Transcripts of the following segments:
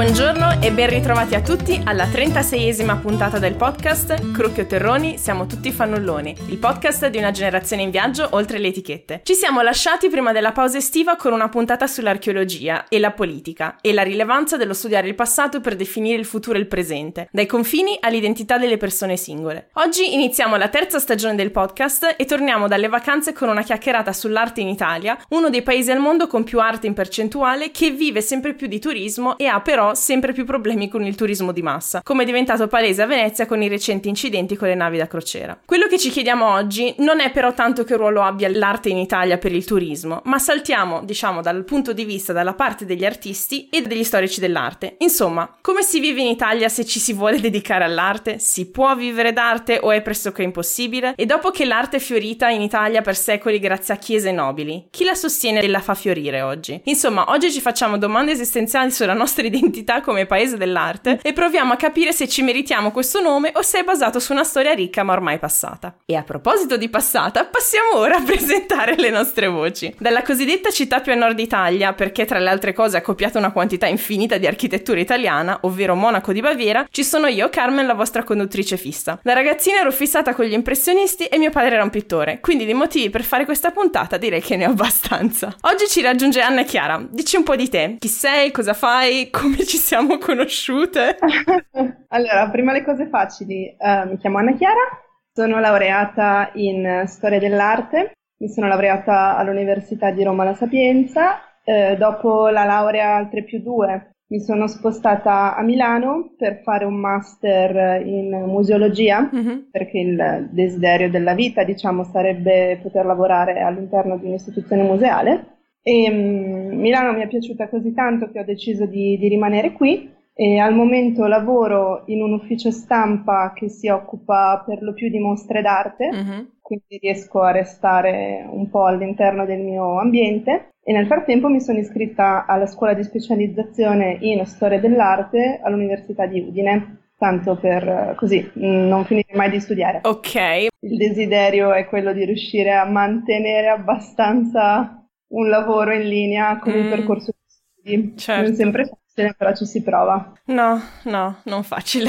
Buongiorno e ben ritrovati a tutti alla 36esima puntata del podcast Crucchi o Terroni, siamo tutti fannulloni, il podcast di una generazione in viaggio oltre le etichette. Ci siamo lasciati prima della pausa estiva con una puntata sull'archeologia e la politica e la rilevanza dello studiare il passato per definire il futuro e il presente, dai confini all'identità delle persone singole. Oggi iniziamo la terza stagione del podcast e torniamo dalle vacanze con una chiacchierata sull'arte in Italia, uno dei paesi al mondo con più arte in percentuale, che vive sempre più di turismo e ha però sempre più problemi con il turismo di massa, come è diventato palese a Venezia con i recenti incidenti con le navi da crociera. Quello che ci chiediamo oggi non è però tanto che ruolo abbia l'arte in Italia per il turismo, ma saltiamo, dal punto di vista dalla parte degli artisti e degli storici dell'arte. Insomma, come si vive in Italia se ci si vuole dedicare all'arte? Si può vivere d'arte o è pressoché impossibile? E dopo che l'arte è fiorita in Italia per secoli grazie a chiese nobili, chi la sostiene e la fa fiorire oggi? Insomma, oggi ci facciamo domande esistenziali sulla nostra identità come paese dell'arte e proviamo a capire se ci meritiamo questo nome o se è basato su una storia ricca ma ormai passata. E a proposito di passata, passiamo ora a presentare le nostre voci. Dalla cosiddetta città più a nord Italia, perché tra le altre cose ha copiato una quantità infinita di architettura italiana, ovvero Monaco di Baviera, ci sono io, Carmen, la vostra conduttrice fissa. Da ragazzina ero fissata con gli impressionisti e mio padre era un pittore, quindi di motivi per fare questa puntata direi che ne ho abbastanza. Oggi ci raggiunge Anna e Chiara. Dici un po' di te. Chi sei? Cosa fai? Come ci siamo conosciute? Allora, prima le cose facili. Mi chiamo Anna Chiara, sono laureata in Storia dell'Arte, mi sono laureata all'Università di Roma La Sapienza, dopo la laurea al 3+2 mi sono spostata a Milano per fare un master in museologia, perché il desiderio della vita, sarebbe poter lavorare all'interno di un'istituzione museale. E Milano mi è piaciuta così tanto che ho deciso di rimanere qui e al momento lavoro in un ufficio stampa che si occupa per lo più di mostre d'arte, quindi riesco a restare un po' all'interno del mio ambiente e nel frattempo mi sono iscritta alla scuola di specializzazione in storia dell'arte all'Università di Udine, tanto per così non finire mai di studiare. Ok. Il desiderio è quello di riuscire a mantenere abbastanza un lavoro in linea con il percorso di studi. Certo. Non sempre facile, però ci si prova. No, non facile.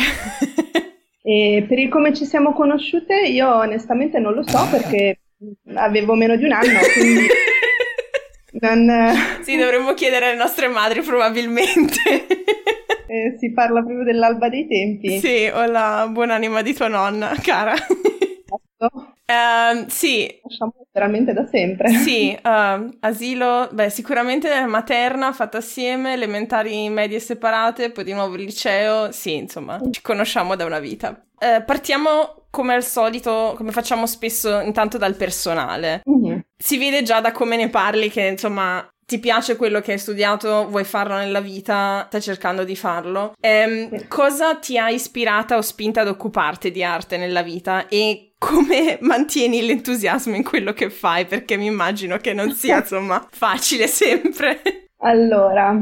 E per il come ci siamo conosciute, io onestamente non lo so perché avevo meno di un anno, quindi Sì, dovremmo chiedere alle nostre madri probabilmente. Si parla proprio dell'alba dei tempi. Sì, o la buonanima di tua nonna, cara. Sì. Facciamo veramente da sempre. Sì, asilo, sicuramente materna fatta assieme, elementari medie separate, poi di nuovo il liceo, sì, insomma, ci conosciamo da una vita. Partiamo come al solito, come facciamo spesso, intanto dal personale. Si vede già da come ne parli che, insomma, ti piace quello che hai studiato, vuoi farlo nella vita, stai cercando di farlo. Cosa ti ha ispirata o spinta ad occuparti di arte nella vita e come mantieni l'entusiasmo in quello che fai? Perché mi immagino che non sia, insomma, facile sempre. Allora,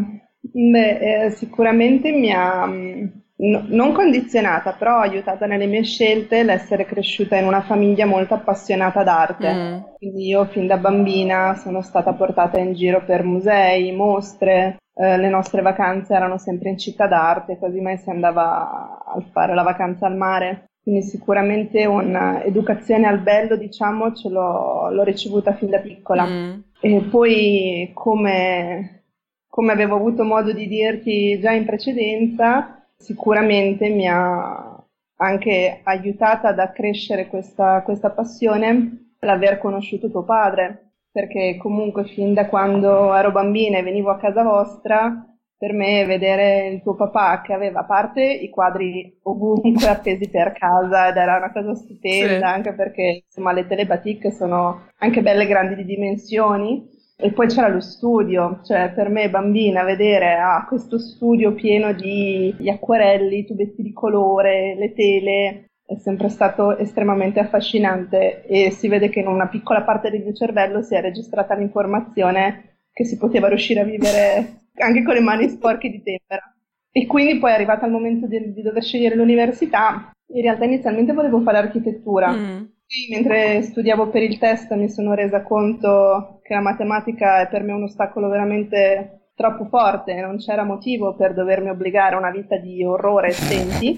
sicuramente mi ha non condizionata, però aiutata nelle mie scelte l'essere cresciuta in una famiglia molto appassionata d'arte. Quindi io fin da bambina sono stata portata in giro per musei, mostre, le nostre vacanze erano sempre in città d'arte, quasi mai si andava a fare la vacanza al mare. Quindi sicuramente un'educazione al bello, ce l'ho ricevuta fin da piccola. E poi, come avevo avuto modo di dirti già in precedenza, sicuramente mi ha anche aiutata ad accrescere questa passione l'aver conosciuto tuo padre, perché comunque fin da quando ero bambina e venivo a casa vostra, per me vedere il tuo papà che aveva, a parte i quadri ovunque appesi per casa ed era una cosa stupenda, sì. Anche perché insomma le telebatik sono anche belle grandi di dimensioni, e poi c'era lo studio, cioè per me bambina vedere questo studio pieno di acquarelli, tubetti di colore, le tele, è sempre stato estremamente affascinante e si vede che in una piccola parte del mio cervello si è registrata l'informazione che si poteva riuscire a vivere anche con le mani sporche di tempera. E quindi poi è arrivato il momento di dover scegliere l'università. In realtà inizialmente volevo fare architettura. Mentre studiavo per il test mi sono resa conto che la matematica è per me un ostacolo veramente troppo forte, non c'era motivo per dovermi obbligare a una vita di orrore e stenti.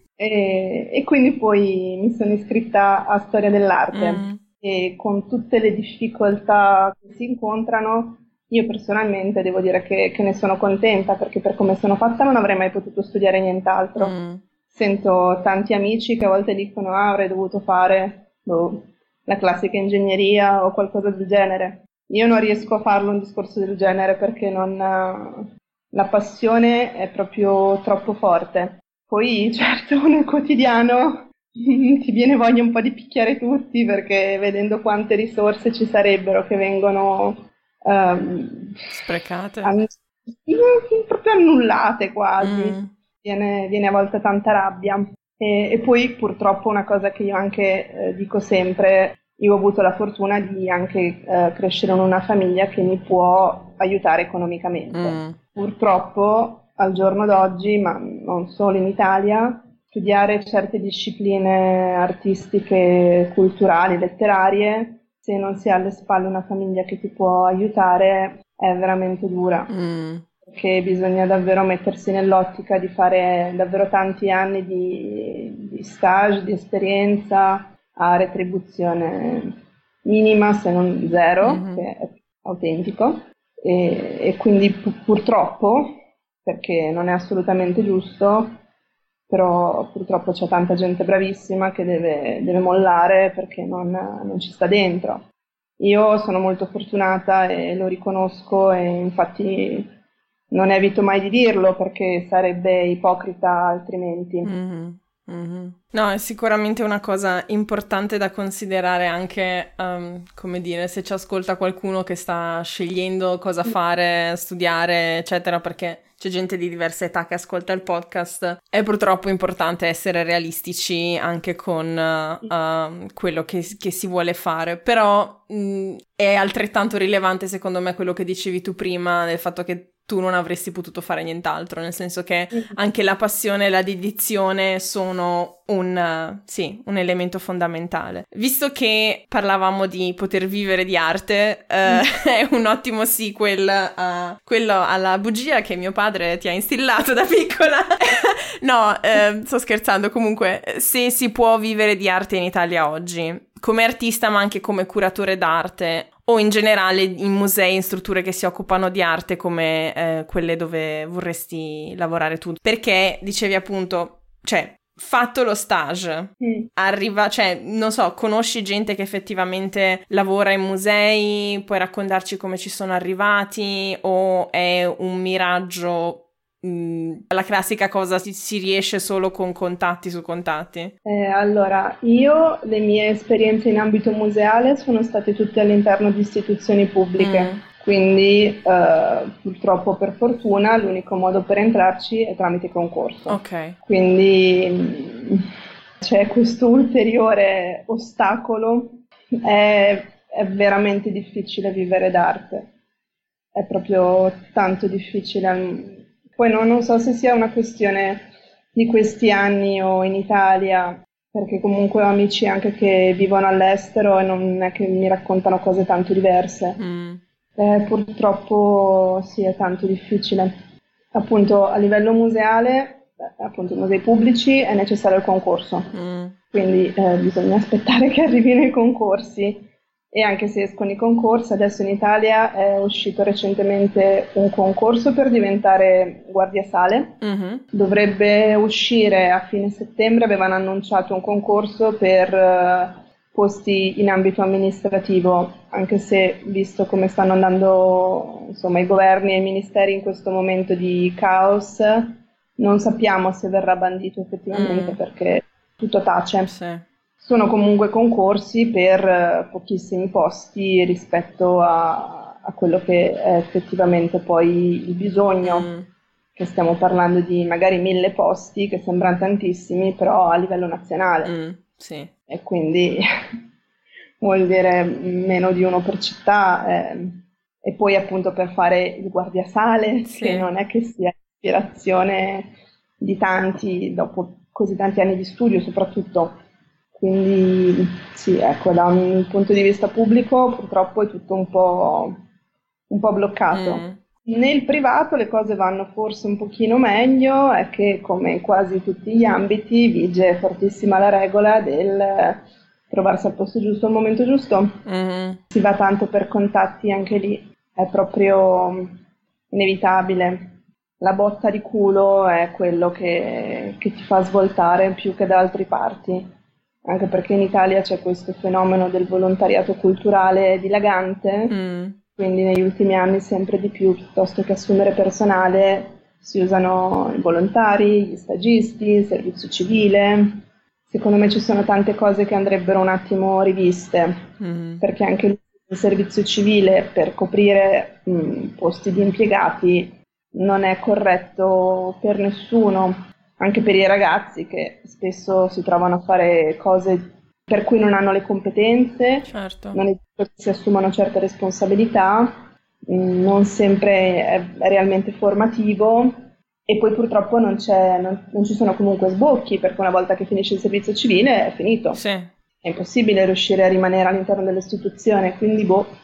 E quindi poi mi sono iscritta a storia dell'arte e con tutte le difficoltà che si incontrano, io personalmente devo dire che ne sono contenta, perché per come sono fatta non avrei mai potuto studiare nient'altro. Sento tanti amici che a volte dicono avrei dovuto fare la classica ingegneria o qualcosa del genere. Io non riesco a farlo un discorso del genere perché la passione è proprio troppo forte. Poi certo nel quotidiano ti viene voglia un po' di picchiare tutti, perché vedendo quante risorse ci sarebbero che vengono sprecate, proprio annullate quasi, viene a volte tanta rabbia. E poi purtroppo una cosa che io anche dico sempre, io ho avuto la fortuna di anche crescere in una famiglia che mi può aiutare economicamente. Purtroppo al giorno d'oggi, ma non solo in Italia, studiare certe discipline artistiche, culturali, letterarie, se non si ha alle spalle una famiglia che ti può aiutare, è veramente dura. Perché bisogna davvero mettersi nell'ottica di fare davvero tanti anni di stage, di esperienza, a retribuzione minima, se non zero, che è autentico. E quindi purtroppo, perché non è assolutamente giusto, però purtroppo c'è tanta gente bravissima che deve mollare perché non ci sta dentro. Io sono molto fortunata e lo riconosco, e infatti non evito mai di dirlo perché sarebbe ipocrita altrimenti. No, è sicuramente una cosa importante da considerare anche, come dire, se ci ascolta qualcuno che sta scegliendo cosa fare, studiare, eccetera, perché c'è gente di diversa età che ascolta il podcast. È purtroppo importante essere realistici anche con quello che si vuole fare, però è altrettanto rilevante secondo me quello che dicevi tu prima, del fatto che tu non avresti potuto fare nient'altro, nel senso che anche la passione e la dedizione sono un elemento fondamentale. Visto che parlavamo di poter vivere di arte, è un ottimo sequel a quello alla bugia che mio padre ti ha instillato da piccola. No, sto scherzando. Comunque, se si può vivere di arte in Italia oggi, come artista ma anche come curatore d'arte, o in generale in musei, in strutture che si occupano di arte come quelle dove vorresti lavorare tu. Perché, dicevi appunto, cioè, fatto lo stage, arriva, cioè, non so, conosci gente che effettivamente lavora in musei, puoi raccontarci come ci sono arrivati, o è un miraggio? La classica cosa, si riesce solo con contatti su contatti? Allora, le mie esperienze in ambito museale sono state tutte all'interno di istituzioni pubbliche, quindi purtroppo, per fortuna, l'unico modo per entrarci è tramite concorso. Ok. Quindi c'è questo ulteriore ostacolo, è veramente difficile vivere d'arte, è proprio tanto difficile. Poi non so se sia una questione di questi anni o in Italia, perché comunque ho amici anche che vivono all'estero e non è che mi raccontano cose tanto diverse. Purtroppo sì, è tanto difficile. Appunto, a livello museale, appunto, i musei pubblici è necessario il concorso, quindi bisogna aspettare che arrivino i concorsi. E anche se escono i concorsi, adesso in Italia è uscito recentemente un concorso per diventare guardiasale. Dovrebbe uscire a fine settembre, avevano annunciato un concorso per posti in ambito amministrativo, anche se, visto come stanno andando, insomma, i governi e i ministeri in questo momento di caos, non sappiamo se verrà bandito effettivamente, perché tutto tace. Sì. Sono comunque concorsi per pochissimi posti rispetto a quello che è effettivamente poi il bisogno, che stiamo parlando di magari 1000 posti, che sembrano tantissimi, però a livello nazionale. Sì. E quindi vuol dire meno di uno per città, e poi appunto per fare il guardiasale, che non è che sia ispirazione di tanti, dopo così tanti anni di studio soprattutto. Quindi sì, ecco, da un punto di vista pubblico purtroppo è tutto un po' bloccato. Nel privato le cose vanno forse un pochino meglio, è che come in quasi tutti gli ambiti vige fortissima la regola del trovarsi al posto giusto al momento giusto. Si va tanto per contatti, anche lì è proprio inevitabile. La botta di culo è quello che ti fa svoltare più che da altre parti, anche perché in Italia c'è questo fenomeno del volontariato culturale dilagante, quindi negli ultimi anni sempre di più, piuttosto che assumere personale, si usano i volontari, gli stagisti, il servizio civile. Secondo me ci sono tante cose che andrebbero un attimo riviste, perché anche il servizio civile per coprire posti di impiegati non è corretto per nessuno, anche per i ragazzi che spesso si trovano a fare cose per cui non hanno le competenze, certo. Non è detto che si assumano certe responsabilità, non sempre è realmente formativo e poi purtroppo non ci sono comunque sbocchi, perché una volta che finisce il servizio civile è finito. Sì. È impossibile riuscire a rimanere all'interno dell'istituzione, quindi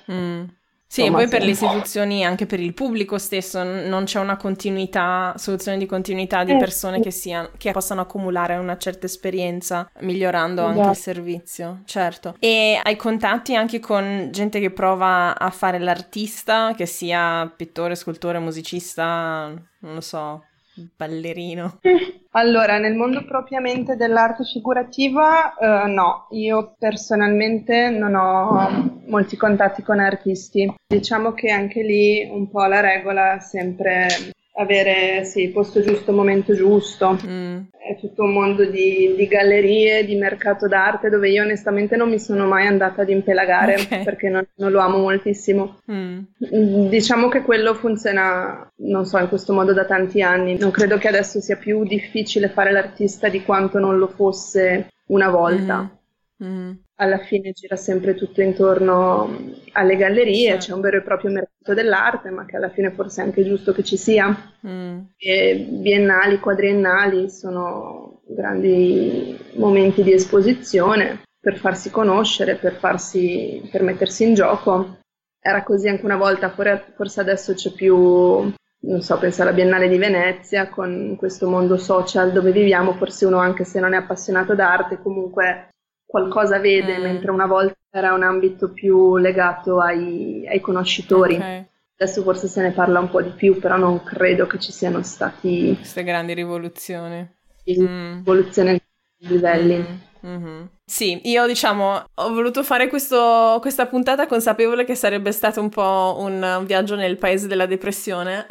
Sì, e poi per le istituzioni, anche per il pubblico stesso, non c'è una soluzione di continuità di persone che possano accumulare una certa esperienza, migliorando anche il servizio, certo. E hai contatti anche con gente che prova a fare l'artista, che sia pittore, scultore, musicista, non lo so, ballerino? Allora, nel mondo propriamente dell'arte figurativa, no, io personalmente non ho molti contatti con artisti. Diciamo che anche lì un po' la regola è sempre avere, sì, posto giusto, momento giusto. È tutto un mondo di gallerie, di mercato d'arte, dove io onestamente non mi sono mai andata ad impelagare, perché non lo amo moltissimo. Diciamo che quello funziona, non so, in questo modo da tanti anni. Non credo che adesso sia più difficile fare l'artista di quanto non lo fosse una volta. Alla fine gira sempre tutto intorno alle gallerie, c'è un vero e proprio mercato dell'arte, ma che alla fine forse è anche giusto che ci sia. E biennali, quadriennali sono grandi momenti di esposizione per farsi conoscere, per mettersi in gioco. Era così anche una volta, forse adesso c'è più, non so, penso alla Biennale di Venezia, con questo mondo social dove viviamo, forse uno anche se non è appassionato d'arte comunque qualcosa vede, mentre una volta era un ambito più legato ai conoscitori. Adesso forse se ne parla un po' di più, però non credo che ci siano stati queste grandi rivoluzioni. Rivoluzioni a livelli. Sì, io diciamo ho voluto fare questa puntata consapevole che sarebbe stato un po' un viaggio nel paese della depressione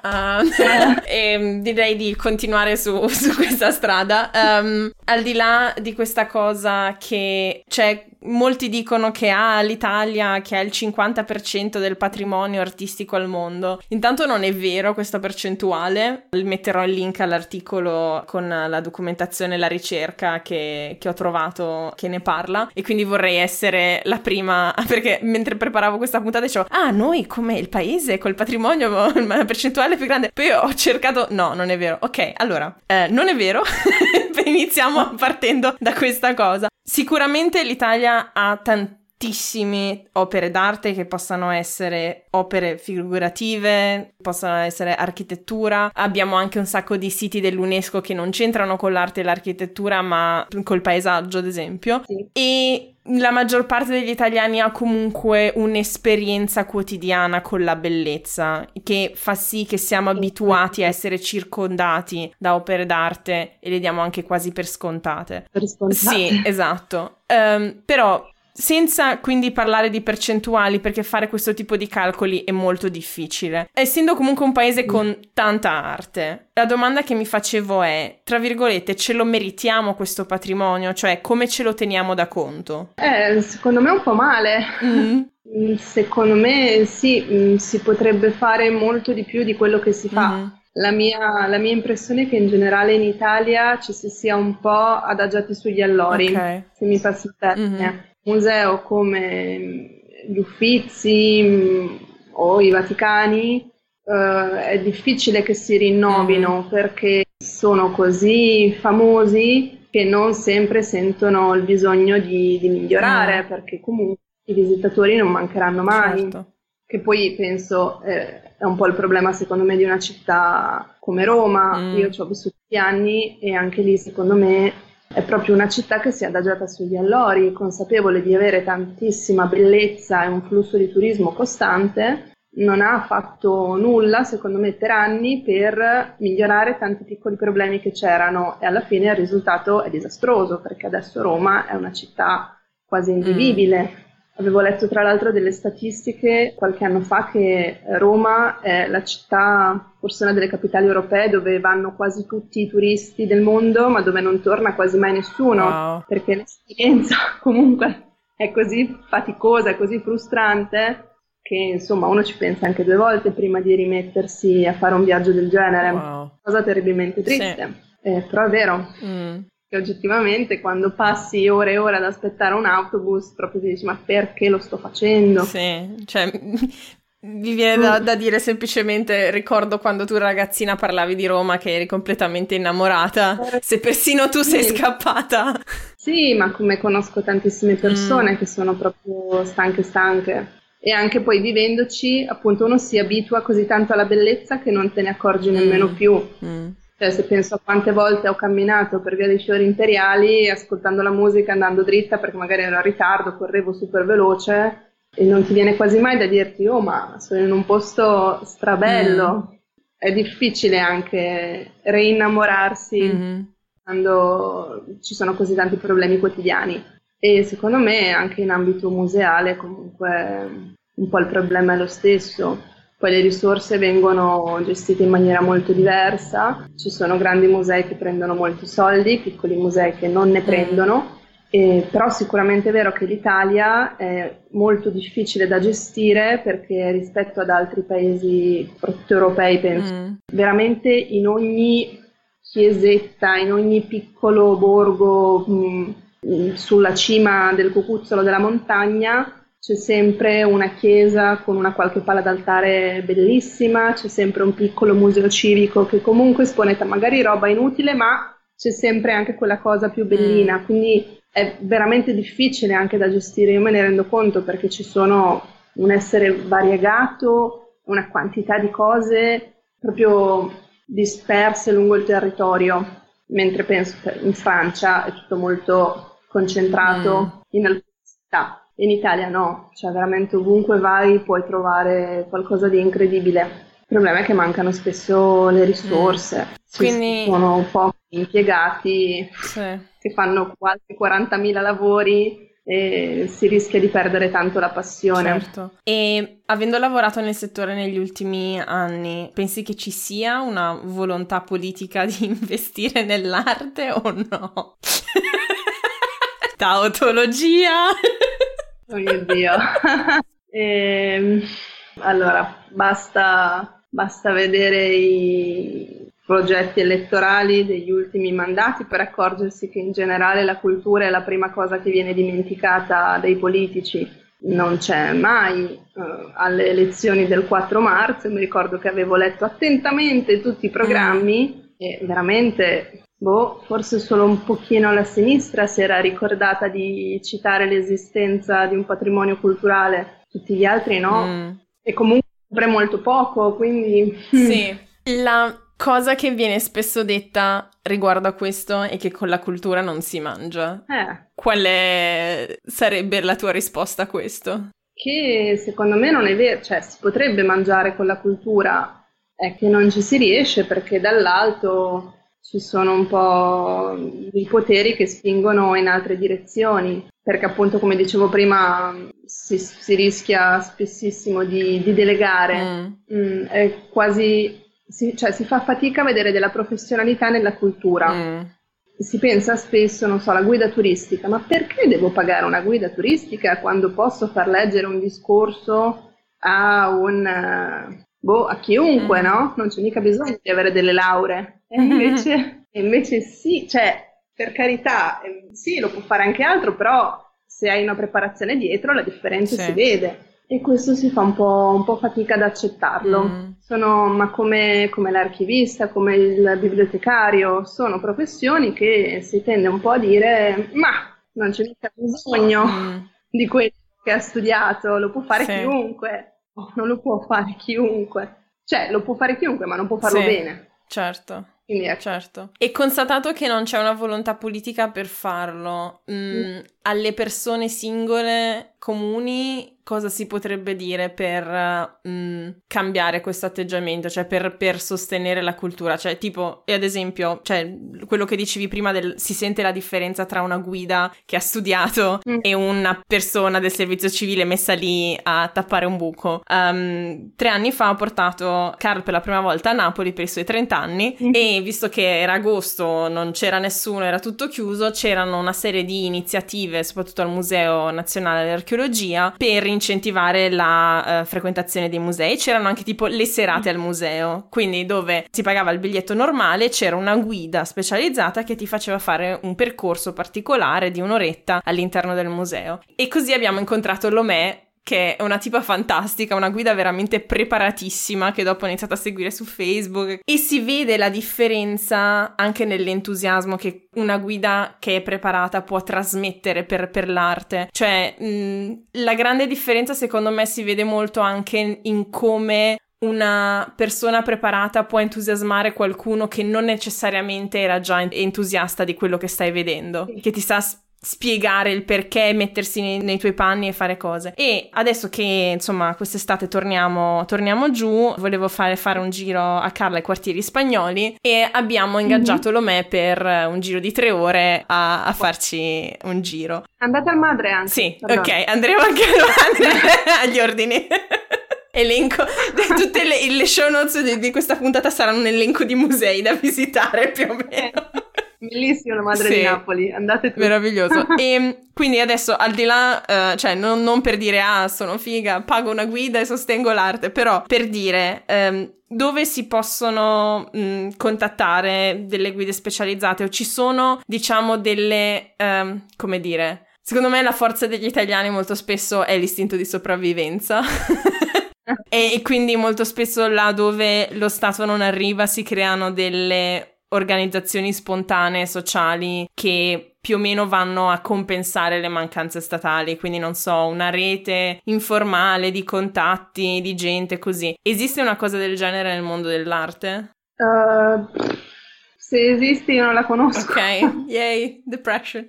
e direi di continuare su questa strada. Al di là di questa cosa che molti dicono che l'Italia che ha il 50% del patrimonio artistico al mondo. Intanto non è vero questa percentuale, metterò il link all'articolo con la documentazione e la ricerca che ho trovato che ne parla, e quindi vorrei essere la prima, perché mentre preparavo questa puntata dicevo noi come il paese col patrimonio la percentuale più grande, poi ho cercato, no, non è vero. Ok, allora non è vero. Iniziamo partendo da questa cosa. Sicuramente l'Italia ha tantissime opere d'arte che possano essere opere figurative, possono essere architettura. Abbiamo anche un sacco di siti dell'UNESCO che non c'entrano con l'arte e l'architettura, ma col paesaggio, ad esempio. Sì. E la maggior parte degli italiani ha comunque un'esperienza quotidiana con la bellezza, che fa sì che siamo abituati a essere circondati da opere d'arte e le diamo anche quasi per scontate. Sì, esatto. Però senza quindi parlare di percentuali, perché fare questo tipo di calcoli è molto difficile. Essendo comunque un paese con tanta arte, la domanda che mi facevo è, tra virgolette, ce lo meritiamo questo patrimonio? Cioè, come ce lo teniamo da conto? Secondo me un po' male. Secondo me sì, si potrebbe fare molto di più di quello che si fa. La mia impressione è che in generale in Italia ci si sia un po' adagiati sugli allori, se mi passi il termine. Museo come gli Uffizi o i Vaticani è difficile che si rinnovino perché sono così famosi che non sempre sentono il bisogno di migliorare, perché comunque i visitatori non mancheranno mai. Certo. che poi penso è un po' il problema secondo me di una città come Roma. Io ci ho vissuto anni e anche lì secondo me è proprio una città che si è adagiata sugli allori, consapevole di avere tantissima bellezza e un flusso di turismo costante. Non ha fatto nulla, secondo me, per anni per migliorare tanti piccoli problemi che c'erano e alla fine il risultato è disastroso, perché adesso Roma è una città quasi invivibile. Avevo letto tra l'altro delle statistiche qualche anno fa che Roma è la città, forse una delle capitali europee, dove vanno quasi tutti i turisti del mondo, ma dove non torna quasi mai nessuno, perché l'esperienza comunque è così faticosa, è così frustrante, che insomma uno ci pensa anche 2 volte prima di rimettersi a fare un viaggio del genere. Cosa terribilmente triste, però è vero. Che oggettivamente quando passi ore e ore ad aspettare un autobus proprio ti dici ma perché lo sto facendo? Sì, cioè mi viene da dire semplicemente, ricordo quando tu ragazzina parlavi di Roma che eri completamente innamorata, se persino tu sei scappata. Sì, ma come conosco tantissime persone che sono proprio stanche. E anche poi vivendoci, appunto, uno si abitua così tanto alla bellezza che non te ne accorgi nemmeno più. Cioè, se penso a quante volte ho camminato per via dei Fiori Imperiali, ascoltando la musica, andando dritta, perché magari ero in ritardo, correvo super veloce, e non ti viene quasi mai da dirti, oh, ma sono in un posto strabello. È difficile anche reinnamorarsi quando ci sono così tanti problemi quotidiani. E secondo me anche in ambito museale comunque un po' il problema è lo stesso. Poi le risorse vengono gestite in maniera molto diversa, ci sono grandi musei che prendono molti soldi, piccoli musei che non ne prendono, però sicuramente è vero che l'Italia è molto difficile da gestire perché rispetto ad altri paesi, soprattutto europei, penso, veramente in ogni chiesetta, in ogni piccolo borgo, sulla cima del cucuzzolo della montagna c'è sempre una chiesa con una qualche pala d'altare bellissima, c'è sempre un piccolo museo civico che comunque espone magari roba inutile, ma c'è sempre anche quella cosa più bellina, quindi è veramente difficile anche da gestire. Io me ne rendo conto perché ci sono un essere variegato, una quantità di cose proprio disperse lungo il territorio, mentre penso che in Francia è tutto molto concentrato in alcune città. In Italia no, cioè veramente ovunque vai puoi trovare qualcosa di incredibile. Il problema è che mancano spesso le risorse, Quindi sono pochi impiegati che fanno quasi 40.000 lavori e si rischia di perdere tanto la passione. Certo. E avendo lavorato nel settore negli ultimi anni, pensi che ci sia una volontà politica di investire nell'arte o no? Tautologia! Oh mio Dio! Allora, basta vedere i progetti elettorali degli ultimi mandati per accorgersi che in generale la cultura è la prima cosa che viene dimenticata dai politici. Non c'è mai alle elezioni del 4 marzo, mi ricordo che avevo letto attentamente tutti i programmi e veramente... forse solo un pochino la sinistra si era ricordata di citare l'esistenza di un patrimonio culturale, tutti gli altri no, e comunque sempre molto poco, quindi... Sì, la cosa che viene spesso detta riguardo a questo è che con la cultura non si mangia. Sarebbe la tua risposta a questo? Che secondo me non è vero, cioè si potrebbe mangiare con la cultura, è che non ci si riesce perché dall'alto... ci sono un po' i poteri che spingono in altre direzioni, perché appunto come dicevo prima si rischia spessissimo di delegare, è quasi, si fa fatica a vedere della professionalità nella cultura. Si pensa spesso, non so, alla guida turistica, ma perché devo pagare una guida turistica quando posso far leggere un discorso a a chiunque, no? Non c'è mica bisogno di avere delle lauree. E invece sì, cioè, per carità, sì, lo può fare anche altro, però se hai una preparazione dietro la differenza si vede. E questo si fa un po' fatica ad accettarlo. Ma come l'archivista, come il bibliotecario, sono professioni che si tende un po' a dire, ma non c'è mica bisogno di quello che ha studiato, lo può fare chiunque. non lo può fare chiunque. Cioè, lo può fare chiunque, ma non può farlo bene. Certo. Quindi certo. E constatato che non c'è una volontà politica per farlo, alle persone singole comuni cosa si potrebbe dire per cambiare questo atteggiamento, cioè per sostenere la cultura? Cioè tipo, e ad esempio, cioè quello che dicevi prima si sente la differenza tra una guida che ha studiato e una persona del servizio civile messa lì a tappare un buco. 3 anni fa ho portato Carl per la prima volta a Napoli per i suoi 30 anni e visto che era agosto, non c'era nessuno, era tutto chiuso, c'erano una serie di iniziative, soprattutto al Museo Nazionale dell'Archeologia, per incentivare la frequentazione dei musei. C'erano anche tipo le serate al museo, quindi dove si pagava il biglietto normale, c'era una guida specializzata che ti faceva fare un percorso particolare di un'oretta all'interno del museo. E così abbiamo incontrato Lomè, che è una tipa fantastica, una guida veramente preparatissima che dopo ho iniziato a seguire su Facebook, e si vede la differenza anche nell'entusiasmo che una guida che è preparata può trasmettere per l'arte. Cioè la grande differenza secondo me si vede molto anche in come una persona preparata può entusiasmare qualcuno che non necessariamente era già entusiasta di quello che stai vedendo, che ti sa spiegare il perché, mettersi nei tuoi panni e fare cose. E adesso che insomma quest'estate torniamo giù, volevo fare un giro a Carla ai Quartieri Spagnoli e abbiamo ingaggiato Lomè per un giro di 3 ore a farci un giro. Andate al Madre anche. Sì, ok, andremo anche al Madre agli ordini. Elenco, tutte le show notes di questa puntata saranno un elenco di musei da visitare più o meno. Bellissimo la Madre di Napoli, andate tutti. Meraviglioso. E quindi adesso al di là, cioè non per dire sono figa, pago una guida e sostengo l'arte, però per dire dove si possono contattare delle guide specializzate, o ci sono diciamo delle, come dire, secondo me la forza degli italiani molto spesso è l'istinto di sopravvivenza. E quindi molto spesso là dove lo Stato non arriva si creano delle organizzazioni spontanee sociali che più o meno vanno a compensare le mancanze statali, quindi non so, una rete informale di contatti, di gente così. Esiste una cosa del genere nel mondo dell'arte? Se esiste io non la conosco. Ok, yay, depression.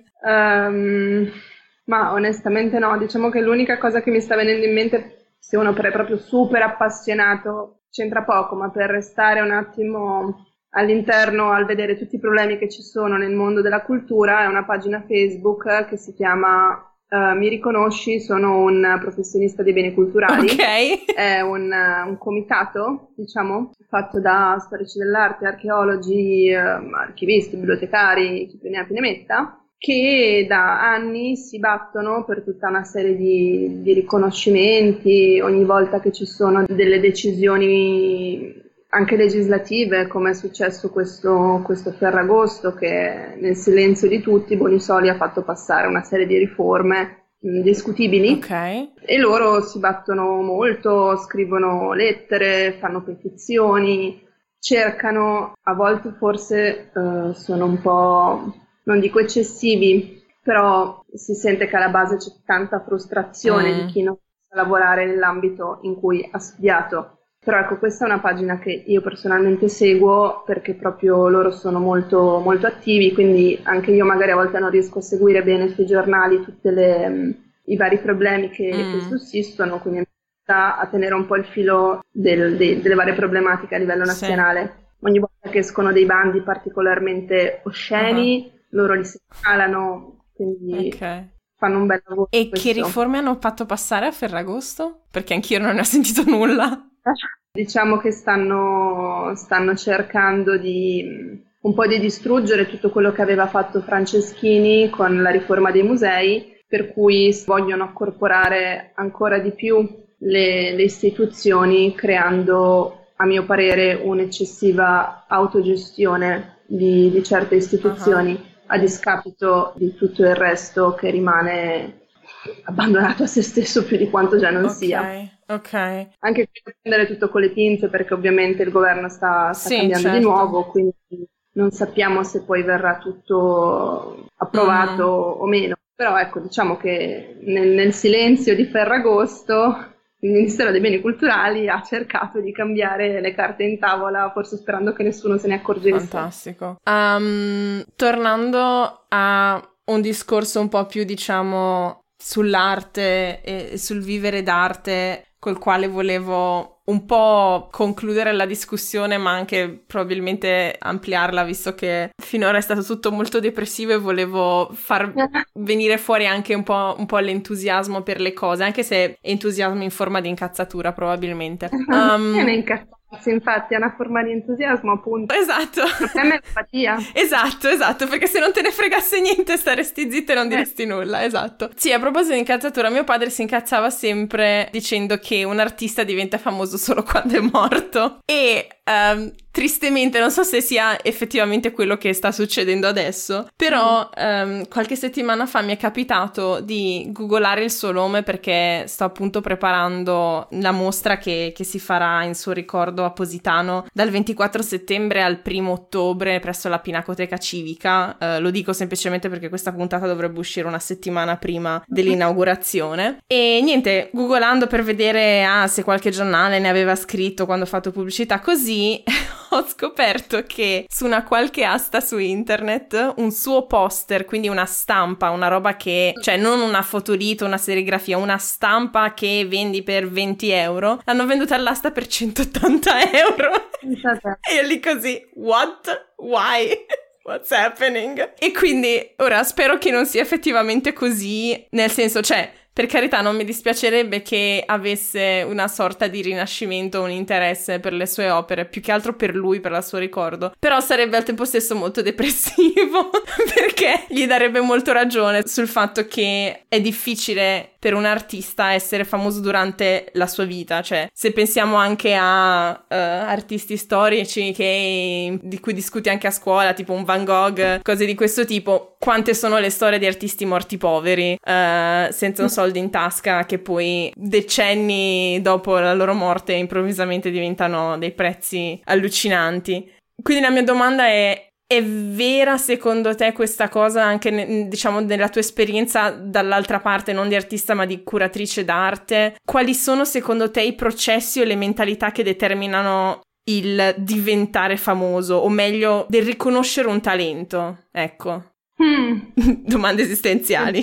Ma onestamente no, diciamo che l'unica cosa che mi sta venendo in mente, se uno è proprio super appassionato, c'entra poco, ma per restare un attimo all'interno, al vedere tutti i problemi che ci sono nel mondo della cultura, è una pagina Facebook che si chiama Mi riconosci, sono un professionista dei beni culturali. Okay. È un comitato, diciamo, fatto da storici dell'arte, archeologi, archivisti, bibliotecari, chi più ne ha più ne metta, che da anni si battono per tutta una serie di riconoscimenti ogni volta che ci sono delle decisioni anche legislative, come è successo questo Ferragosto, che nel silenzio di tutti Bonisoli ha fatto passare una serie di riforme discutibili. Okay. E loro si battono molto, scrivono lettere, fanno petizioni, cercano, a volte forse sono un po', non dico eccessivi, però si sente che alla base c'è tanta frustrazione di chi non sa lavorare nell'ambito in cui ha studiato. Però ecco, questa è una pagina che io personalmente seguo perché proprio loro sono molto, molto attivi, quindi anche io magari a volte non riesco a seguire bene sui giornali tutti i vari problemi che sussistono, quindi mi aiuta a tenere un po' il filo delle varie problematiche a livello nazionale. Sì. Ogni volta che escono dei bandi particolarmente osceni, loro li segnalano, quindi fanno un bel lavoro. E che riforme hanno fatto passare a Ferragosto? Perché anch'io non ne ho sentito nulla. Diciamo che stanno cercando un po' di distruggere tutto quello che aveva fatto Franceschini con la riforma dei musei, per cui vogliono accorporare ancora di più le istituzioni, creando, a mio parere, un'eccessiva autogestione di certe istituzioni, a discapito di tutto il resto che rimane abbandonato a se stesso più di quanto già non sia. Ok. Anche qui prendere tutto con le pinze, perché ovviamente il governo sta cambiando di nuovo, quindi non sappiamo se poi verrà tutto approvato o meno. Però ecco, diciamo che nel silenzio di Ferragosto il Ministero dei Beni Culturali ha cercato di cambiare le carte in tavola, forse sperando che nessuno se ne accorgesse. Fantastico. Tornando a un discorso un po' più, diciamo, sull'arte e sul vivere d'arte, col quale volevo un po' concludere la discussione, ma anche probabilmente ampliarla, visto che finora è stato tutto molto depressivo e volevo far venire fuori anche un po' l'entusiasmo per le cose, anche se è entusiasmo in forma di incazzatura probabilmente. Incazzarsi, infatti, è una forma di entusiasmo, appunto. Esatto. Il problema è l'empatia. Esatto, perché se non te ne fregasse niente staresti zitta e non diresti nulla, esatto. Sì, a proposito di incazzatura, mio padre si incazzava sempre dicendo che un artista diventa famoso solo quando è morto e tristemente non so se sia effettivamente quello che sta succedendo adesso, però qualche settimana fa mi è capitato di googolare il suo nome perché sto appunto preparando la mostra che si farà in suo ricordo a Positano dal 24 settembre al 1 ottobre presso la Pinacoteca Civica. Lo dico semplicemente perché questa puntata dovrebbe uscire una settimana prima dell'inaugurazione e niente, googolando per vedere se qualche giornale ne aveva scritto quando ho fatto pubblicità così ho scoperto che su una qualche asta su internet un suo poster, quindi una stampa, una roba che, cioè non una fotolito, una serigrafia, una stampa che vendi per 20 euro, l'hanno venduta all'asta per 180 euro. E io lì così, what? Why? What's happening? E quindi ora spero che non sia effettivamente così, nel senso, cioè, per carità, non mi dispiacerebbe che avesse una sorta di rinascimento, un interesse per le sue opere, più che altro per lui, per il suo ricordo. Però sarebbe al tempo stesso molto depressivo, perché gli darebbe molto ragione sul fatto che è difficile per un artista essere famoso durante la sua vita. Cioè, se pensiamo anche a artisti storici di cui discuti anche a scuola, tipo un Van Gogh, cose di questo tipo, quante sono le storie di artisti morti poveri, senza un soldo in tasca, che poi decenni dopo la loro morte improvvisamente diventano dei prezzi allucinanti. Quindi la mia domanda è vera secondo te questa cosa anche diciamo nella tua esperienza dall'altra parte, non di artista ma di curatrice d'arte? Quali sono secondo te i processi o le mentalità che determinano il diventare famoso, o meglio del riconoscere un talento? Ecco. Domande esistenziali.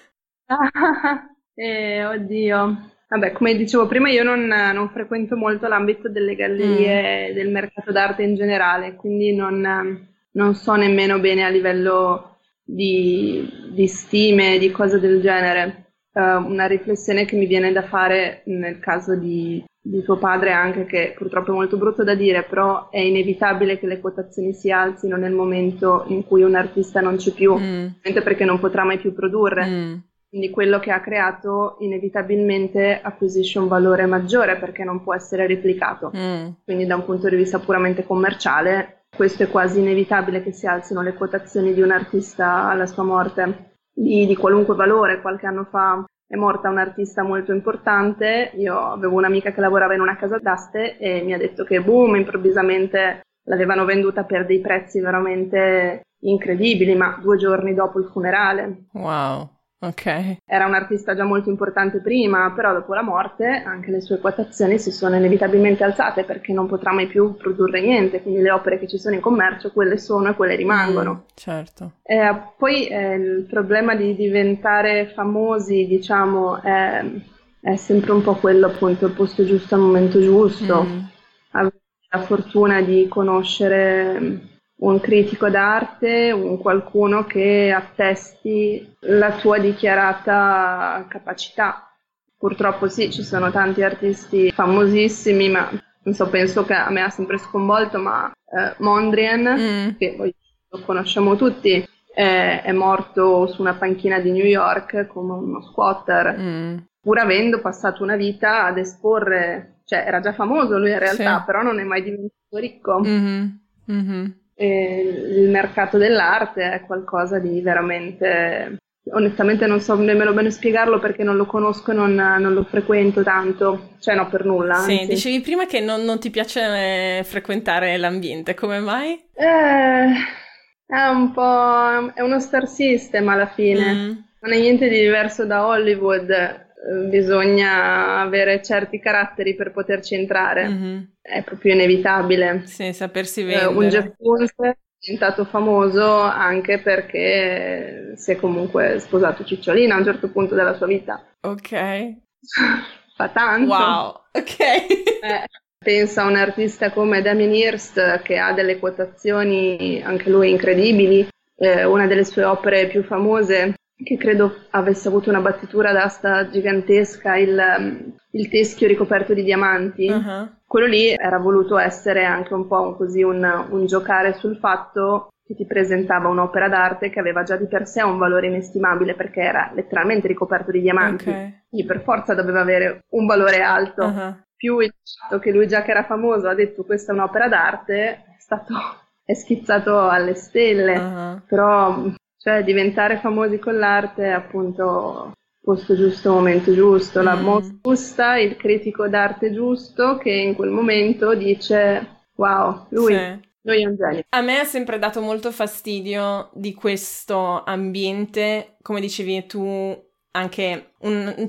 Oddio. Vabbè, come dicevo prima, io non frequento molto l'ambito delle gallerie e del mercato d'arte in generale, quindi non so nemmeno bene a livello di stime, di cose del genere. Una riflessione che mi viene da fare nel caso di tuo padre anche, che purtroppo è molto brutto da dire, però è inevitabile che le quotazioni si alzino nel momento in cui un artista non c'è più, perché non potrà mai più produrre. Quindi quello che ha creato inevitabilmente acquisisce un valore maggiore perché non può essere replicato. Quindi da un punto di vista puramente commerciale, questo è quasi inevitabile che si alzino le quotazioni di un artista alla sua morte, di qualunque valore. Qualche anno fa è morta un'artista molto importante, io avevo un'amica che lavorava in una casa d'aste e mi ha detto che boom, improvvisamente l'avevano venduta per dei prezzi veramente incredibili, ma 2 giorni dopo il funerale. Wow. Ok. Era un artista già molto importante prima, però dopo la morte anche le sue quotazioni si sono inevitabilmente alzate perché non potrà mai più produrre niente, quindi le opere che ci sono in commercio, quelle sono e quelle rimangono. Certo. Poi il problema di diventare famosi, diciamo, è sempre un po' quello, appunto, il posto giusto al momento giusto. Avere la fortuna di conoscere un critico d'arte, un qualcuno che attesti la tua dichiarata capacità. Purtroppo sì, ci sono tanti artisti famosissimi, ma non so, penso che a me ha sempre sconvolto, ma Mondrian, che lo conosciamo tutti, è morto su una panchina di New York come uno squatter, pur avendo passato una vita ad esporre, cioè era già famoso lui in realtà, sì, però non è mai diventato ricco. Il mercato dell'arte è qualcosa di veramente, onestamente non so nemmeno bene spiegarlo perché non lo conosco e non lo frequento tanto, cioè no, per nulla. Sì, anzi. Dicevi prima che non ti piace frequentare l'ambiente, come mai? È un po', è uno star system alla fine, non è niente di diverso da Hollywood. bisogna avere certi caratteri per poterci entrare, è proprio inevitabile. Sì, sapersi vendere. Un Jeff Koons è diventato famoso anche perché si è comunque sposato Cicciolina a un certo punto della sua vita. Ok. Fa tanto. Wow, ok. Pensa a un artista come Damien Hirst che ha delle quotazioni anche lui incredibili. Una delle sue opere più famose, che credo avesse avuto una battitura d'asta gigantesca, il teschio ricoperto di diamanti. Quello lì era voluto essere anche un po' così un giocare sul fatto che ti presentava un'opera d'arte che aveva già di per sé un valore inestimabile perché era letteralmente ricoperto di diamanti, quindi per forza doveva avere un valore alto. Più il fatto che lui, già che era famoso, ha detto questa è un'opera d'arte, è schizzato alle stelle. Però cioè, diventare famosi con l'arte è appunto posto giusto, momento giusto, la moda giusta, il critico d'arte giusto che in quel momento dice wow, lui è un genio. A me ha sempre dato molto fastidio di questo ambiente, come dicevi tu, anche una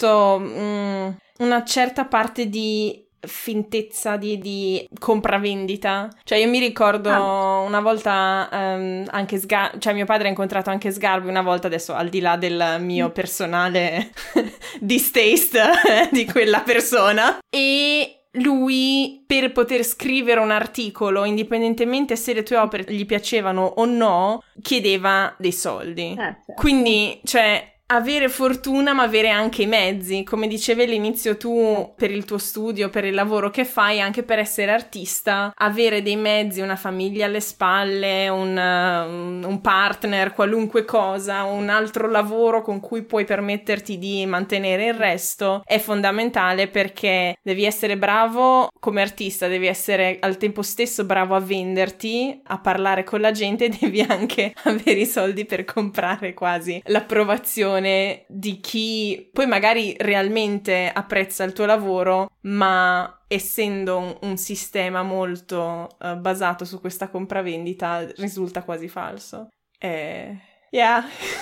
certa parte di fintezza di compravendita. Cioè io mi ricordo una volta anche cioè mio padre ha incontrato anche Sgarbi una volta, adesso al di là del mio personale distaste di quella persona, e lui, per poter scrivere un articolo, indipendentemente se le tue opere gli piacevano o no, chiedeva dei soldi. Certo. Quindi, cioè, avere fortuna ma avere anche i mezzi, come dicevi all'inizio tu, per il tuo studio, per il lavoro che fai, anche per essere artista, avere dei mezzi, una famiglia alle spalle, un partner, qualunque cosa, un altro lavoro con cui puoi permetterti di mantenere il resto è fondamentale, perché devi essere bravo come artista, devi essere al tempo stesso bravo a venderti, a parlare con la gente, devi anche avere i soldi per comprare quasi l'approvazione di chi poi magari realmente apprezza il tuo lavoro, ma essendo un sistema molto basato su questa compravendita risulta quasi falso. Yeah.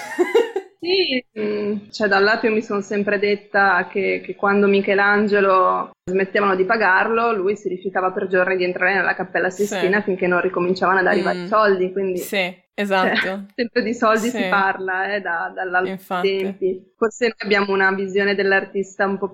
Sì, cioè da un lato io mi sono sempre detta che quando Michelangelo smettevano di pagarlo, lui si rifiutava per giorni di entrare nella Cappella Sistina finché non ricominciavano ad arrivare i soldi, quindi sì, esatto. Cioè, sempre di soldi si parla dall'altro tempi. Forse noi abbiamo una visione dell'artista un po'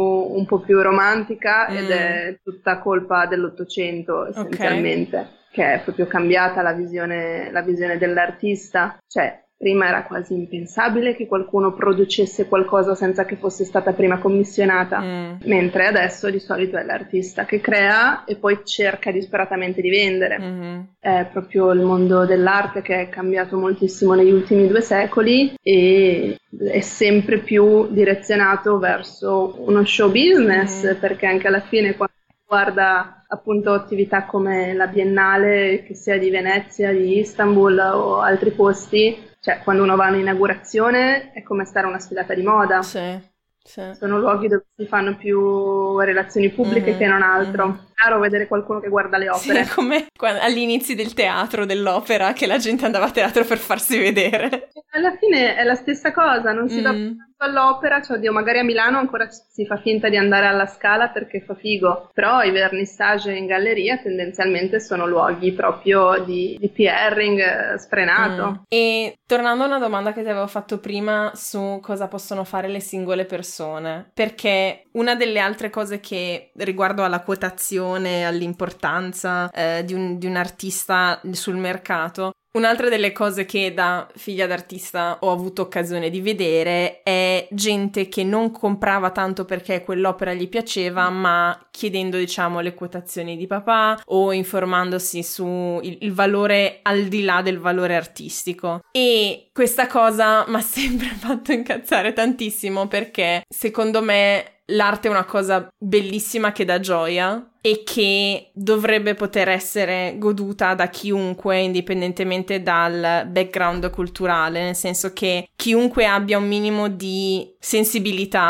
più romantica ed è tutta colpa dell'Ottocento essenzialmente, che è proprio cambiata la visione dell'artista, cioè prima era quasi impensabile che qualcuno producesse qualcosa senza che fosse stata prima commissionata, mentre adesso di solito è l'artista che crea e poi cerca disperatamente di vendere. È proprio il mondo dell'arte che è cambiato moltissimo negli ultimi 2 secoli e è sempre più direzionato verso uno show business, perché anche alla fine quando guarda appunto attività come la Biennale, che sia di Venezia, di Istanbul o altri posti, cioè quando uno va a un'inaugurazione è come stare a una sfilata di moda. Sì. Sono luoghi dove si fanno più relazioni pubbliche che non altro. È raro vedere qualcuno che guarda le opere. Sì, come agli inizi del teatro, dell'opera, che la gente andava a teatro per farsi vedere. Alla fine è la stessa cosa, non si va tanto all'opera, cioè oddio, magari a Milano ancora si fa finta di andare alla Scala perché fa figo, però i vernissage in galleria tendenzialmente sono luoghi proprio di PRing sfrenato. E tornando a una domanda che ti avevo fatto prima su cosa possono fare le singole persone, perché una delle altre cose che riguardo alla quotazione, all'importanza di un artista sul mercato, un'altra delle cose che da figlia d'artista ho avuto occasione di vedere è gente che non comprava tanto perché quell'opera gli piaceva, ma chiedendo, diciamo, le quotazioni di papà o informandosi su il valore al di là del valore artistico. E questa cosa mi ha sempre fatto incazzare tantissimo, perché secondo me l'arte è una cosa bellissima che dà gioia e che dovrebbe poter essere goduta da chiunque, indipendentemente dal background culturale, nel senso che chiunque abbia un minimo di sensibilità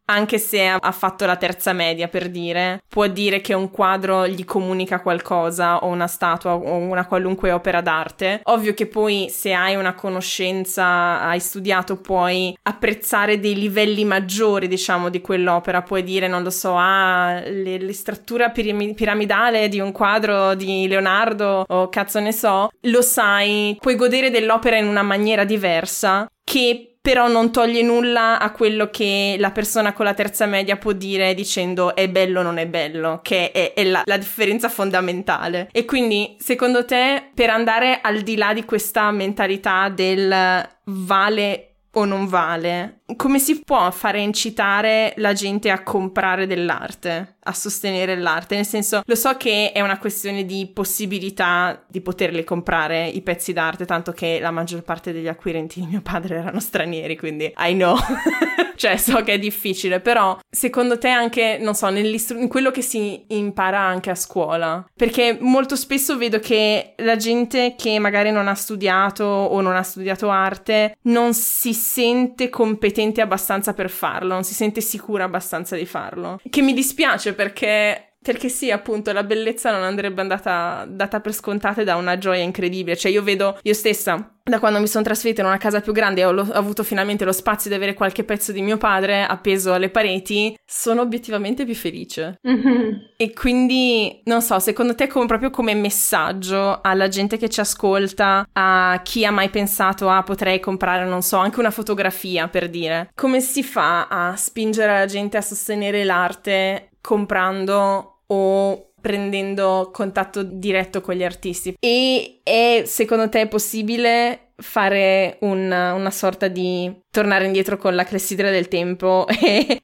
anche se ha fatto la terza media, per dire, può dire che un quadro gli comunica qualcosa, o una statua o una qualunque opera d'arte. Ovvio che poi se hai una conoscenza, hai studiato, puoi apprezzare dei livelli maggiori, diciamo, di quell'opera. Puoi dire, non lo so, l'struttura piramidale di un quadro di Leonardo, o cazzo ne so, lo sai, puoi godere dell'opera in una maniera diversa, che però non toglie nulla a quello che la persona con la terza media può dire dicendo è bello o non è bello, che è la differenza fondamentale. E quindi, secondo te, per andare al di là di questa mentalità del vale o non vale, come si può fare incitare la gente a comprare dell'arte, a sostenere l'arte? Nel senso, lo so che è una questione di possibilità di poterli comprare i pezzi d'arte, tanto che la maggior parte degli acquirenti di mio padre erano stranieri, quindi I know. Cioè, so che è difficile, però secondo te anche, non so, in quello che si impara anche a scuola? Perché molto spesso vedo che la gente che magari non ha studiato o non ha studiato arte non si sente competente abbastanza per farlo, non si sente sicura abbastanza di farlo. Che mi dispiace perché sì, appunto, la bellezza non andrebbe data per scontata e dà una gioia incredibile. Cioè, io vedo, io stessa, da quando mi sono trasferita in una casa più grande e ho avuto finalmente lo spazio di avere qualche pezzo di mio padre appeso alle pareti, sono obiettivamente più felice. Mm-hmm. E quindi, non so, secondo te proprio come messaggio alla gente che ci ascolta, a chi ha mai pensato potrei comprare, non so, anche una fotografia, per dire, come si fa a spingere la gente a sostenere l'arte comprando o prendendo contatto diretto con gli artisti? E è, secondo te, possibile fare una sorta di tornare indietro con la clessidra del tempo e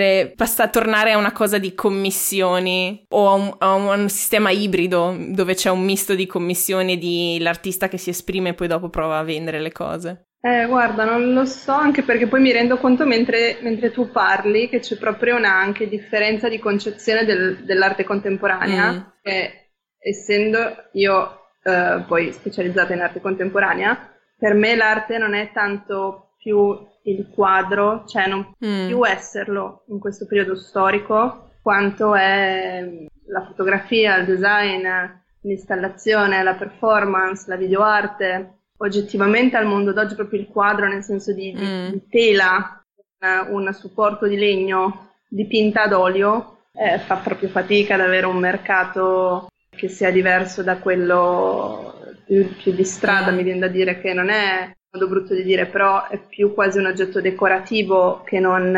tornare a una cosa di commissioni o a un sistema ibrido dove c'è un misto di commissioni di l'artista che si esprime e poi dopo prova a vendere le cose? Guarda, non lo so, anche perché poi mi rendo conto mentre tu parli che c'è proprio una anche differenza di concezione dell'arte contemporanea, che essendo io poi specializzata in arte contemporanea, per me l'arte non è tanto più il quadro, cioè non può più esserlo in questo periodo storico, quanto è la fotografia, il design, l'installazione, la performance, la videoarte. Oggettivamente al mondo d'oggi proprio il quadro, nel senso di tela, un supporto di legno dipinta ad olio, fa proprio fatica ad avere un mercato che sia diverso da quello più di strada. Mi viene da dire che non è un modo brutto di dire, però è più quasi un oggetto decorativo che non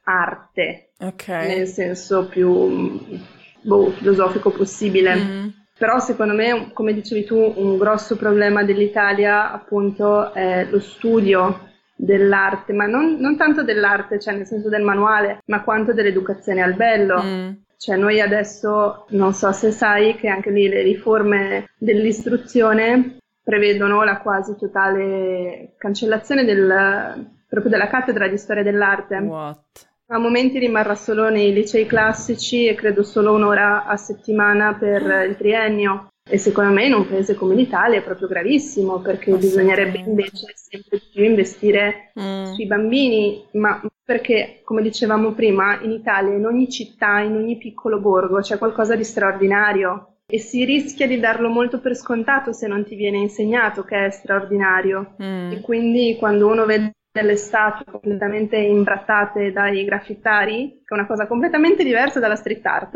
arte, nel senso più filosofico possibile. Però secondo me, come dicevi tu, un grosso problema dell'Italia appunto è lo studio dell'arte, ma non tanto dell'arte, cioè nel senso del manuale, ma quanto dell'educazione al bello. Cioè noi adesso, non so se sai che anche lì le riforme dell'istruzione prevedono la quasi totale cancellazione proprio della cattedra di storia dell'arte. What? A momenti rimarrà solo nei licei classici e credo solo un'ora a settimana per il triennio. E secondo me in un paese come l'Italia è proprio gravissimo, perché bisognerebbe invece sempre più investire sui bambini, ma perché, come dicevamo prima, in Italia, in ogni città, in ogni piccolo borgo c'è qualcosa di straordinario e si rischia di darlo molto per scontato se non ti viene insegnato che è straordinario. E quindi quando uno vede delle statue completamente imbrattate dai graffitari, che è una cosa completamente diversa dalla street art,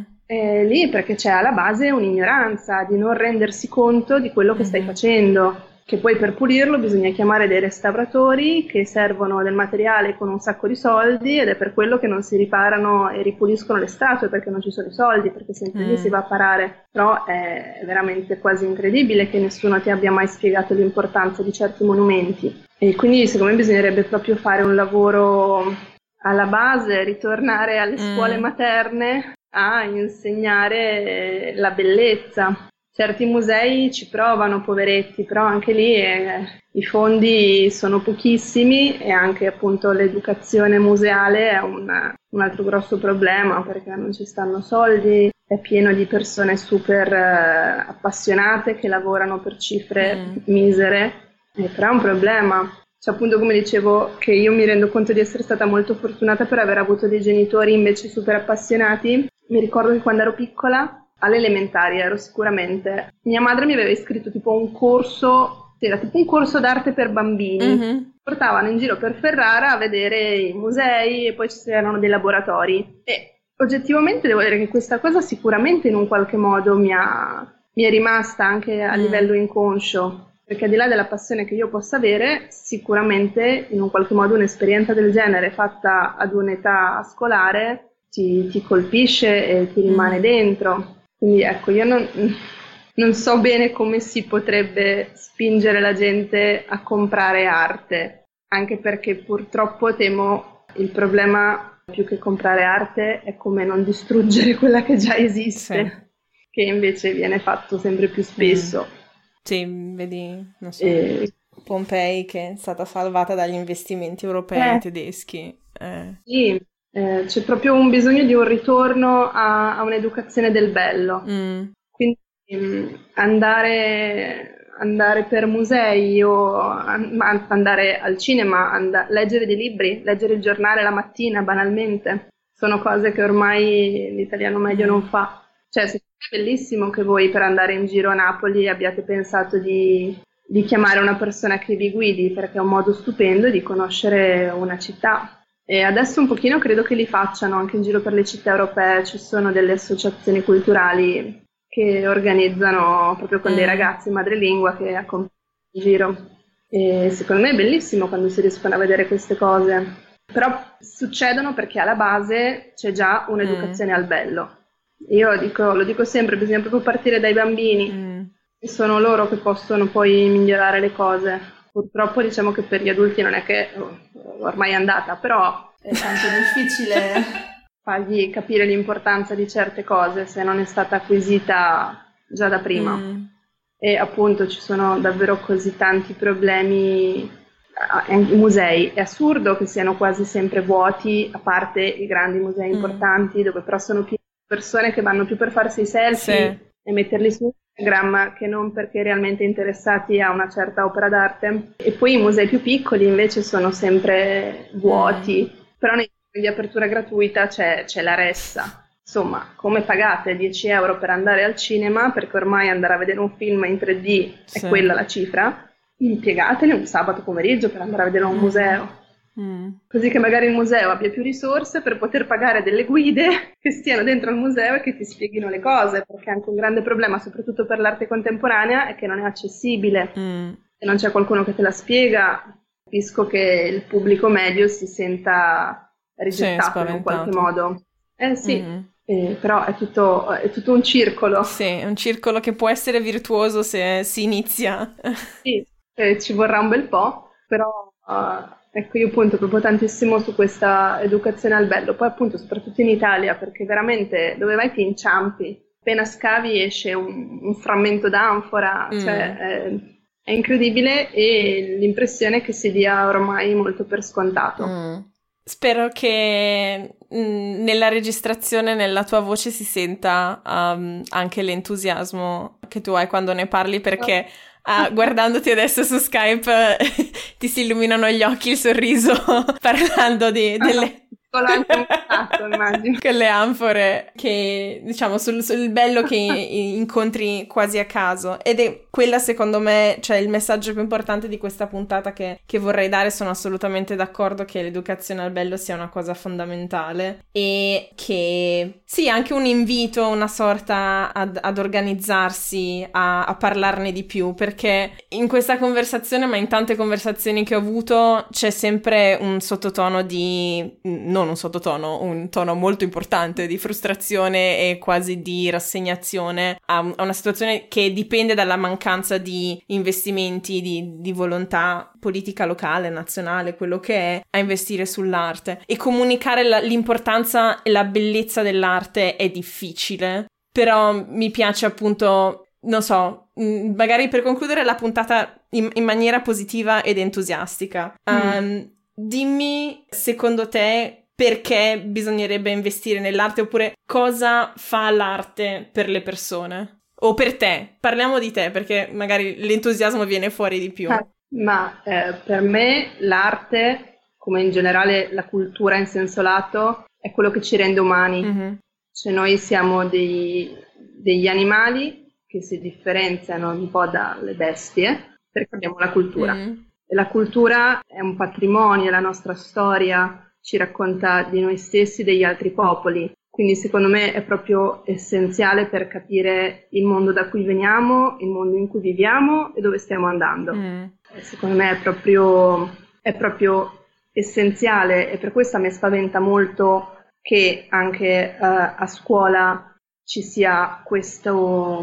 lì perché c'è alla base un'ignoranza di non rendersi conto di quello che stai facendo, che poi per pulirlo bisogna chiamare dei restauratori che servono del materiale con un sacco di soldi, ed è per quello che non si riparano e ripuliscono le statue, perché non ci sono i soldi, perché sempre lì si va a parare. Però è veramente quasi incredibile che nessuno ti abbia mai spiegato l'importanza di certi monumenti. E quindi secondo me bisognerebbe proprio fare un lavoro alla base, ritornare alle scuole materne a insegnare la bellezza. Certi musei ci provano, poveretti, però anche lì i fondi sono pochissimi e anche appunto l'educazione museale è un altro grosso problema, perché non ci stanno soldi, è pieno di persone super appassionate che lavorano per cifre misere, però è un problema. Cioè, appunto, come dicevo, che io mi rendo conto di essere stata molto fortunata per aver avuto dei genitori invece super appassionati. Mi ricordo che quando ero piccola, alle elementari ero sicuramente, mia madre mi aveva iscritto tipo a un corso, era tipo un corso d'arte per bambini. Portavano in giro per Ferrara a vedere i musei e poi c'erano dei laboratori. E oggettivamente devo dire che questa cosa sicuramente in un qualche modo mi è rimasta anche a livello inconscio. Perché al di là della passione che io possa avere, sicuramente in un qualche modo un'esperienza del genere fatta ad un'età scolare ti colpisce e ti rimane dentro. Quindi ecco, io non so bene come si potrebbe spingere la gente a comprare arte, anche perché purtroppo temo il problema più che comprare arte è come non distruggere quella che già esiste, che invece viene fatto sempre più spesso. Sì, vedi, non so, Pompei che è stata salvata dagli investimenti europei tedeschi. Sì, c'è proprio un bisogno di un ritorno a un'educazione del bello. Quindi andare per musei o andare al cinema, leggere dei libri, leggere il giornale la mattina banalmente, sono cose che ormai l'italiano medio non fa. Cioè, secondo me è bellissimo che voi per andare in giro a Napoli abbiate pensato di chiamare una persona che vi guidi, perché è un modo stupendo di conoscere una città. E adesso un pochino credo che li facciano anche in giro per le città europee, ci sono delle associazioni culturali che organizzano proprio con dei ragazzi madrelingua che accompagnano in giro. E secondo me è bellissimo quando si riescono a vedere queste cose. Però succedono perché alla base c'è già un'educazione al bello. Io lo dico sempre, bisogna proprio partire dai bambini, e sono loro che possono poi migliorare le cose. Purtroppo diciamo che per gli adulti non è che ormai è andata, però è tanto difficile fargli capire l'importanza di certe cose se non è stata acquisita già da prima. E appunto ci sono davvero così tanti problemi ai musei. È assurdo che siano quasi sempre vuoti, a parte i grandi musei importanti, dove però sono pieni di persone che vanno più per farsi i selfie e metterli su Instagram che non perché realmente interessati a una certa opera d'arte. E poi i musei più piccoli invece sono sempre vuoti, però nei di apertura gratuita c'è la ressa. Insomma, come pagate 10 euro per andare al cinema, perché ormai andare a vedere un film in 3D è quella la cifra, impiegatene un sabato pomeriggio per andare a vedere un museo. Così che magari il museo abbia più risorse per poter pagare delle guide che stiano dentro al museo e che ti spieghino le cose, perché anche un grande problema, soprattutto per l'arte contemporanea, è che non è accessibile. Se non c'è qualcuno che te la spiega, capisco che il pubblico medio si senta rigettato in un qualche modo. Però è tutto un circolo. Sì, è un circolo che può essere virtuoso se si inizia. Sì, ci vorrà un bel po', però ecco, io punto proprio tantissimo su questa educazione al bello, poi appunto soprattutto in Italia, perché veramente dove vai ti inciampi, appena scavi esce un frammento d'anfora, cioè è incredibile e l'impressione è che si dia ormai molto per scontato. Spero che nella registrazione, nella tua voce si senta anche l'entusiasmo che tu hai quando ne parli, perché guardandoti adesso su Skype ti si illuminano gli occhi, il sorriso, parlando delle... anche un sacco, immagino. Quelle anfore che, diciamo, sul bello che incontri quasi a caso. Ed è quella, secondo me, cioè il messaggio più importante di questa puntata che vorrei dare. Sono assolutamente d'accordo che l'educazione al bello sia una cosa fondamentale e che sì, anche un invito, una sorta ad organizzarsi, a parlarne di più, perché in questa conversazione, ma in tante conversazioni che ho avuto, c'è sempre un sottotono non un sottotono, un tono molto importante di frustrazione e quasi di rassegnazione a una situazione che dipende dalla mancanza di investimenti, di volontà politica locale, nazionale, quello che è, a investire sull'arte. E comunicare l'importanza e la bellezza dell'arte è difficile, però mi piace appunto, non so, magari per concludere la puntata in maniera positiva ed entusiastica. Dimmi, secondo te, perché bisognerebbe investire nell'arte, oppure cosa fa l'arte per le persone? O per te, parliamo di te, perché magari l'entusiasmo viene fuori di più. Ma per me l'arte, come in generale la cultura in senso lato, è quello che ci rende umani. Mhm. Cioè noi siamo degli animali che si differenziano un po' dalle bestie perché abbiamo la cultura. Mm. E la cultura è un patrimonio, è la nostra storia, ci racconta di noi stessi e degli altri popoli. Quindi secondo me è proprio essenziale per capire il mondo da cui veniamo, il mondo in cui viviamo e dove stiamo andando. Secondo me è proprio essenziale, e per questo a me spaventa molto che anche a scuola ci sia questo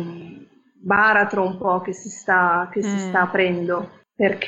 baratro un po' che si sta aprendo,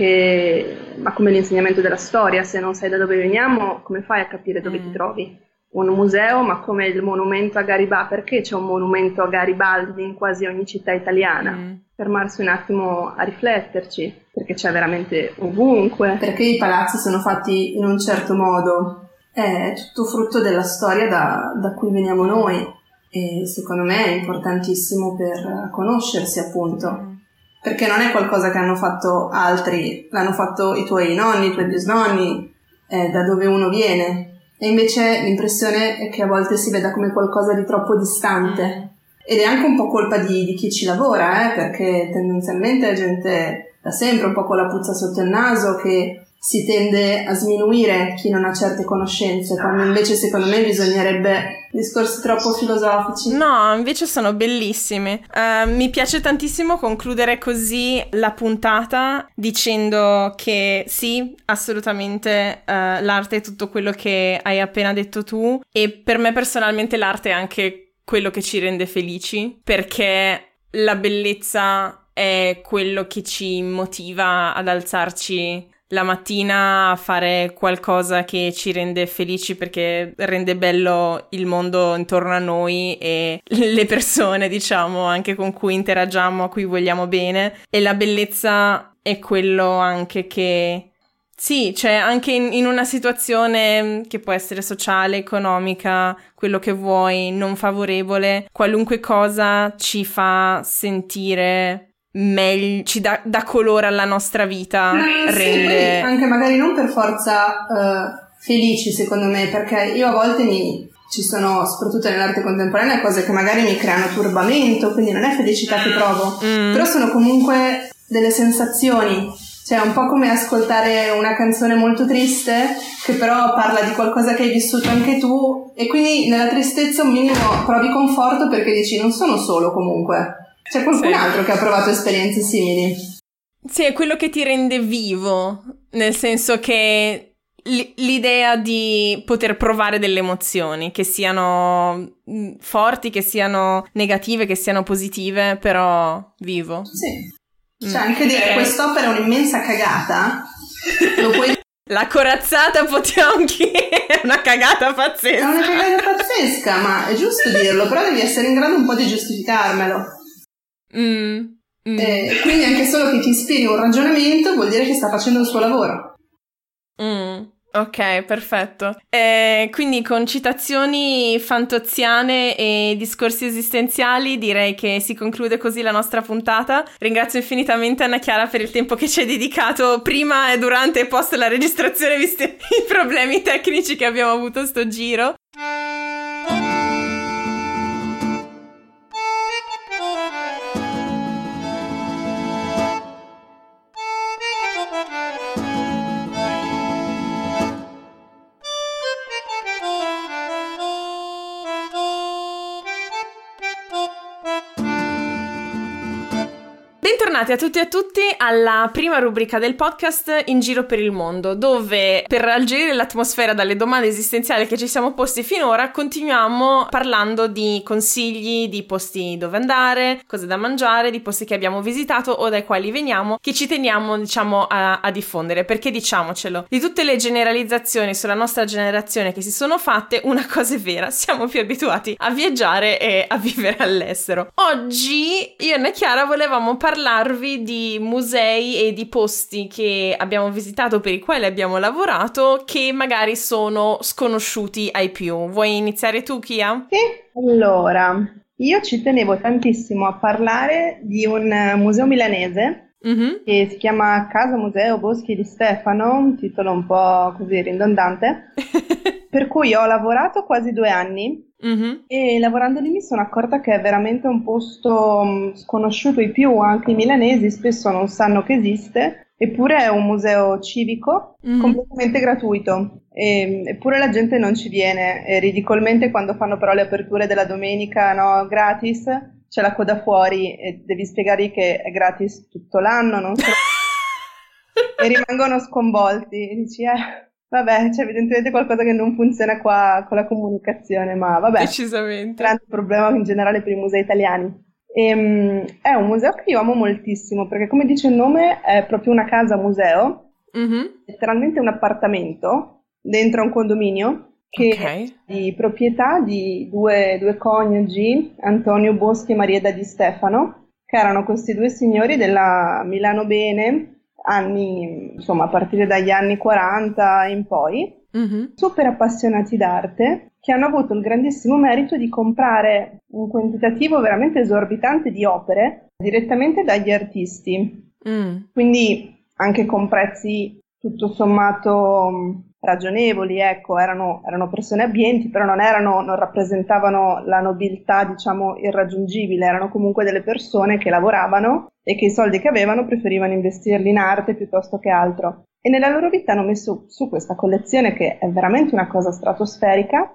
perché, ma come l'insegnamento della storia, se non sai da dove veniamo, come fai a capire dove ti trovi? Un museo, ma come il monumento a Garibaldi, perché c'è un monumento a Garibaldi in quasi ogni città italiana? Fermarsi un attimo a rifletterci, perché c'è veramente ovunque. Perché i palazzi sono fatti in un certo modo, è tutto frutto della storia da cui veniamo noi, e secondo me è importantissimo per conoscersi, appunto, perché non è qualcosa che hanno fatto altri, l'hanno fatto i tuoi nonni, i tuoi bisnonni, è da dove uno viene. E invece l'impressione è che a volte si veda come qualcosa di troppo distante. Ed è anche un po' colpa di chi ci lavora, perché tendenzialmente è gente da sempre un po' con la puzza sotto il naso, che si tende a sminuire chi non ha certe conoscenze, quando invece secondo me bisognerebbe discorsi troppo filosofici. No, invece sono bellissimi. Mi piace tantissimo concludere così la puntata dicendo che sì, assolutamente l'arte è tutto quello che hai appena detto tu, e per me personalmente l'arte è anche quello che ci rende felici, perché la bellezza è quello che ci motiva ad alzarci la mattina a fare qualcosa che ci rende felici, perché rende bello il mondo intorno a noi e le persone, diciamo, anche con cui interagiamo, a cui vogliamo bene. E la bellezza è quello anche che, sì, cioè anche in una situazione che può essere sociale, economica, quello che vuoi, non favorevole, qualunque cosa ci fa sentire meglio, ci dà colore alla nostra vita, rende... Sì, anche magari non per forza felici, secondo me, perché io a volte ci sono, soprattutto nell'arte contemporanea, cose che magari mi creano turbamento, quindi non è felicità che provo, però sono comunque delle sensazioni. Cioè è un po' come ascoltare una canzone molto triste che però parla di qualcosa che hai vissuto anche tu, e quindi nella tristezza un minimo provi conforto perché dici non sono solo, comunque c'è qualcun altro che ha provato esperienze simili. Sì, è quello che ti rende vivo, nel senso che l'idea di poter provare delle emozioni, che siano forti, che siano negative, che siano positive, però vivo. Sì. Cioè anche dire quest'opera è un'immensa cagata, lo puoi... La corazzata Potionchi è una cagata pazzesca. È una cagata pazzesca, ma è giusto dirlo, però devi essere in grado un po' di giustificarmelo. Quindi anche solo che ti ispiri un ragionamento vuol dire che sta facendo il suo lavoro. Ok, perfetto. Quindi con citazioni fantoziane e discorsi esistenziali direi che si conclude così la nostra puntata. Ringrazio infinitamente Anna Chiara per il tempo che ci hai dedicato prima e durante e post la registrazione, visti i problemi tecnici che abbiamo avuto sto giro. Bentornati a tutti e a tutti alla prima rubrica del podcast In Giro per il Mondo, dove per alleggerire l'atmosfera dalle domande esistenziali che ci siamo posti finora continuiamo parlando di consigli, di posti dove andare, cose da mangiare, di posti che abbiamo visitato o dai quali veniamo, che ci teniamo, diciamo, a diffondere, perché diciamocelo, di tutte le generalizzazioni sulla nostra generazione che si sono fatte, una cosa è vera: siamo più abituati a viaggiare e a vivere all'estero. Oggi io e Anna Chiara volevamo parlarvi di musei e di posti che abbiamo visitato, per i quali abbiamo lavorato, che magari sono sconosciuti ai più. Vuoi iniziare tu, Kia? Sì, allora, io ci tenevo tantissimo a parlare di un museo milanese che si chiama Casa Museo Boschi di Stefano, un titolo un po' così ridondante, per cui ho lavorato quasi 2 anni. E lavorando lì mi sono accorta che è veramente un posto sconosciuto ai più, anche i milanesi spesso non sanno che esiste, eppure è un museo civico completamente gratuito, eppure la gente non ci viene, e ridicolmente quando fanno però le aperture della domenica, no, gratis, c'è la coda fuori e devi spiegargli che è gratis tutto l'anno, non solo e rimangono sconvolti, e dici vabbè, c'è evidentemente qualcosa che non funziona qua con la comunicazione, ma vabbè. Decisamente. Grande problema in generale per i musei italiani. È un museo che io amo moltissimo, perché come dice il nome è proprio una casa museo, letteralmente un appartamento dentro un condominio che è di proprietà di due coniugi, Antonio Boschi e Marietta Di Stefano, che erano questi 2 signori della Milano Bene, anni, insomma, a partire dagli anni 40 in poi, super appassionati d'arte, che hanno avuto il grandissimo merito di comprare un quantitativo veramente esorbitante di opere direttamente dagli artisti, quindi anche con prezzi tutto sommato ragionevoli, ecco, erano persone abbienti, però non rappresentavano la nobiltà, diciamo, irraggiungibile, erano comunque delle persone che lavoravano e che i soldi che avevano preferivano investirli in arte piuttosto che altro. E nella loro vita hanno messo su questa collezione che è veramente una cosa stratosferica,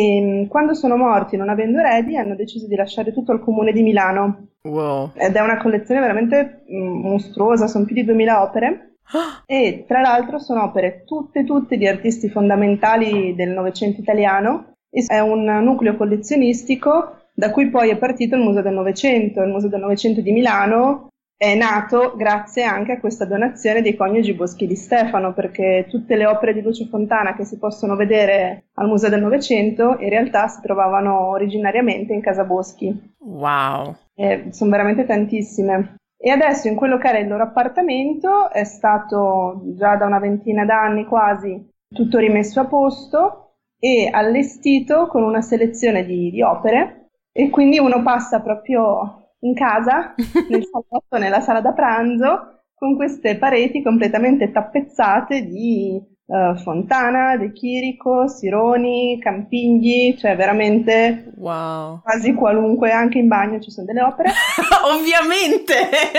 e quando sono morti, non avendo eredi, hanno deciso di lasciare tutto al comune di Milano. Wow. Ed è una collezione veramente mostruosa, sono più di 2000 opere. E tra l'altro sono opere tutte di artisti fondamentali del Novecento italiano, e è un nucleo collezionistico da cui poi è partito il Museo del Novecento. Il Museo del Novecento di Milano è nato grazie anche a questa donazione dei coniugi Boschi di Stefano, perché tutte le opere di Lucio Fontana che si possono vedere al Museo del Novecento in realtà si trovavano originariamente in Casa Boschi. Wow! Sono veramente tantissime. E adesso in quello che era il loro appartamento è stato già da una ventina d'anni quasi tutto rimesso a posto e allestito con una selezione di opere, e quindi uno passa proprio in casa, nel salotto, nella sala da pranzo, con queste pareti completamente tappezzate di Fontana, De Chirico, Sironi, Campigli, cioè veramente quasi qualunque, anche in bagno ci sono delle opere. Ovviamente!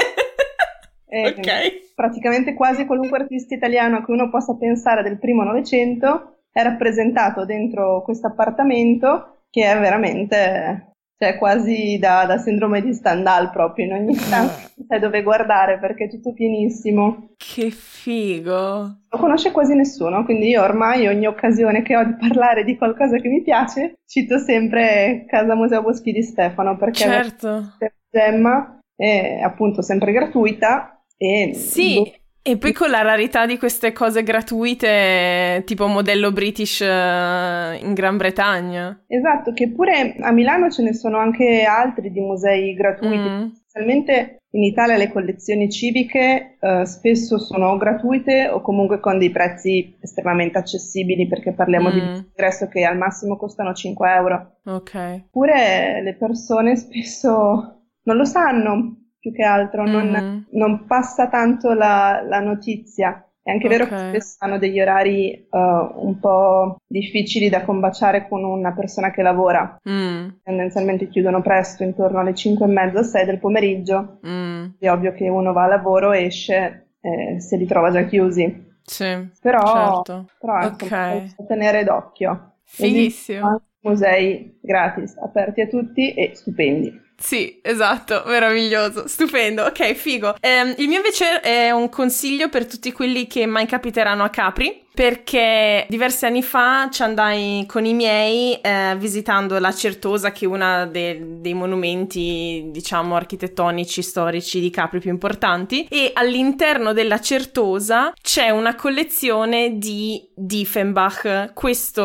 Praticamente quasi qualunque artista italiano a cui uno possa pensare del primo Novecento è rappresentato dentro questo appartamento, che è veramente... cioè quasi da sindrome di Stendhal proprio, in ogni istante sai dove guardare perché è tutto pienissimo. Che figo! Lo conosce quasi nessuno, quindi io ormai ogni occasione che ho di parlare di qualcosa che mi piace cito sempre Casa Museo Boschi di Stefano, perché è gemma, è appunto sempre gratuita e... Sì! E poi con la rarità di queste cose gratuite, tipo modello British in Gran Bretagna. Esatto, che pure a Milano ce ne sono anche altri di musei gratuiti. Specialmente in Italia le collezioni civiche spesso sono gratuite o comunque con dei prezzi estremamente accessibili, perché parliamo di ingresso che al massimo costano 5 euro. Ok. Pure le persone spesso non lo sanno. Più che altro non passa tanto la notizia. È anche vero che spesso hanno degli orari un po' difficili da combaciare con una persona che lavora. Tendenzialmente chiudono presto, intorno alle 5:30, 6 del pomeriggio. È ovvio che uno va a lavoro, esce e se li trova già chiusi. Sì, però certo. Ecco, da tenere d'occhio. Fighissimo. Musei gratis, aperti a tutti e stupendi. Sì, esatto, meraviglioso, stupendo, ok, figo. Il mio invece è un consiglio per tutti quelli che mai capiteranno a Capri, perché diversi anni fa ci andai con i miei visitando la Certosa, che è una dei monumenti, diciamo, architettonici, storici di Capri più importanti, e all'interno della Certosa c'è una collezione di Diefenbach, questo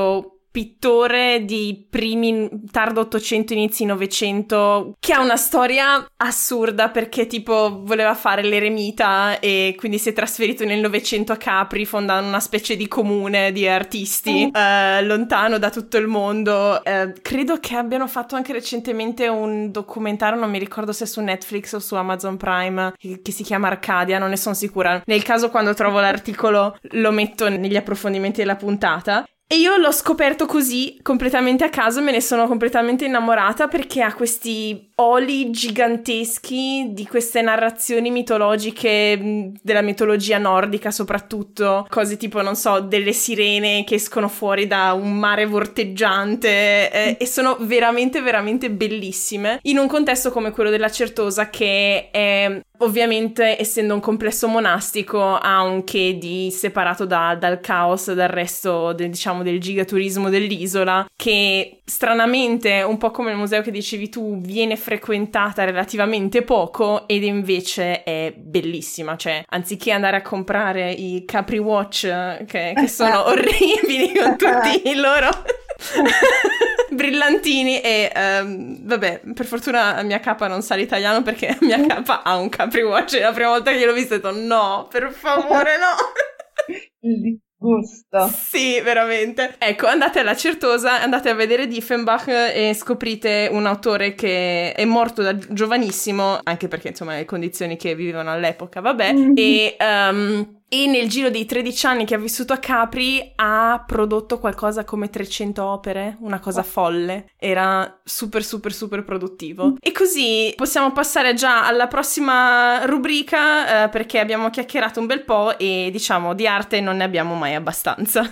pittore di primi tardo 800 inizi 900 che ha una storia assurda perché tipo voleva fare l'eremita e quindi si è trasferito nel 900 a Capri fondando una specie di comune di artisti lontano da tutto il mondo. Credo che abbiano fatto anche recentemente un documentario, non mi ricordo se su Netflix o su Amazon Prime, che si chiama Arcadia, non ne sono sicura. Nel caso, quando trovo l'articolo lo metto negli approfondimenti della puntata. E io l'ho scoperto così, completamente a caso, me ne sono completamente innamorata perché ha questi oli giganteschi di queste narrazioni mitologiche, della mitologia nordica soprattutto, cose tipo, non so, delle sirene che escono fuori da un mare vorteggiante e sono veramente, veramente bellissime, in un contesto come quello della Certosa che è... Ovviamente, essendo un complesso monastico, ha un che di separato dal caos, dal resto diciamo del gigaturismo dell'isola, che stranamente, un po' come il museo che dicevi tu, viene frequentata relativamente poco ed invece è bellissima. Cioè, anziché andare a comprare i Capri Watch che sono orribili con tutti i loro brillantini e vabbè, per fortuna la mia capa non sa l'italiano perché la mia capa ha un Capri Watch e la prima volta che l'ho visto ho detto no, per favore no. Il disgusto. Sì, veramente. Ecco, andate alla Certosa, andate a vedere Diefenbach e scoprite un autore che è morto da giovanissimo, anche perché insomma le condizioni che vivevano all'epoca, vabbè, e nel giro dei 13 anni che ha vissuto a Capri ha prodotto qualcosa come 300 opere, una cosa folle. Era super super super produttivo. E così possiamo passare già alla prossima rubrica perché abbiamo chiacchierato un bel po' e diciamo di arte non ne abbiamo mai abbastanza.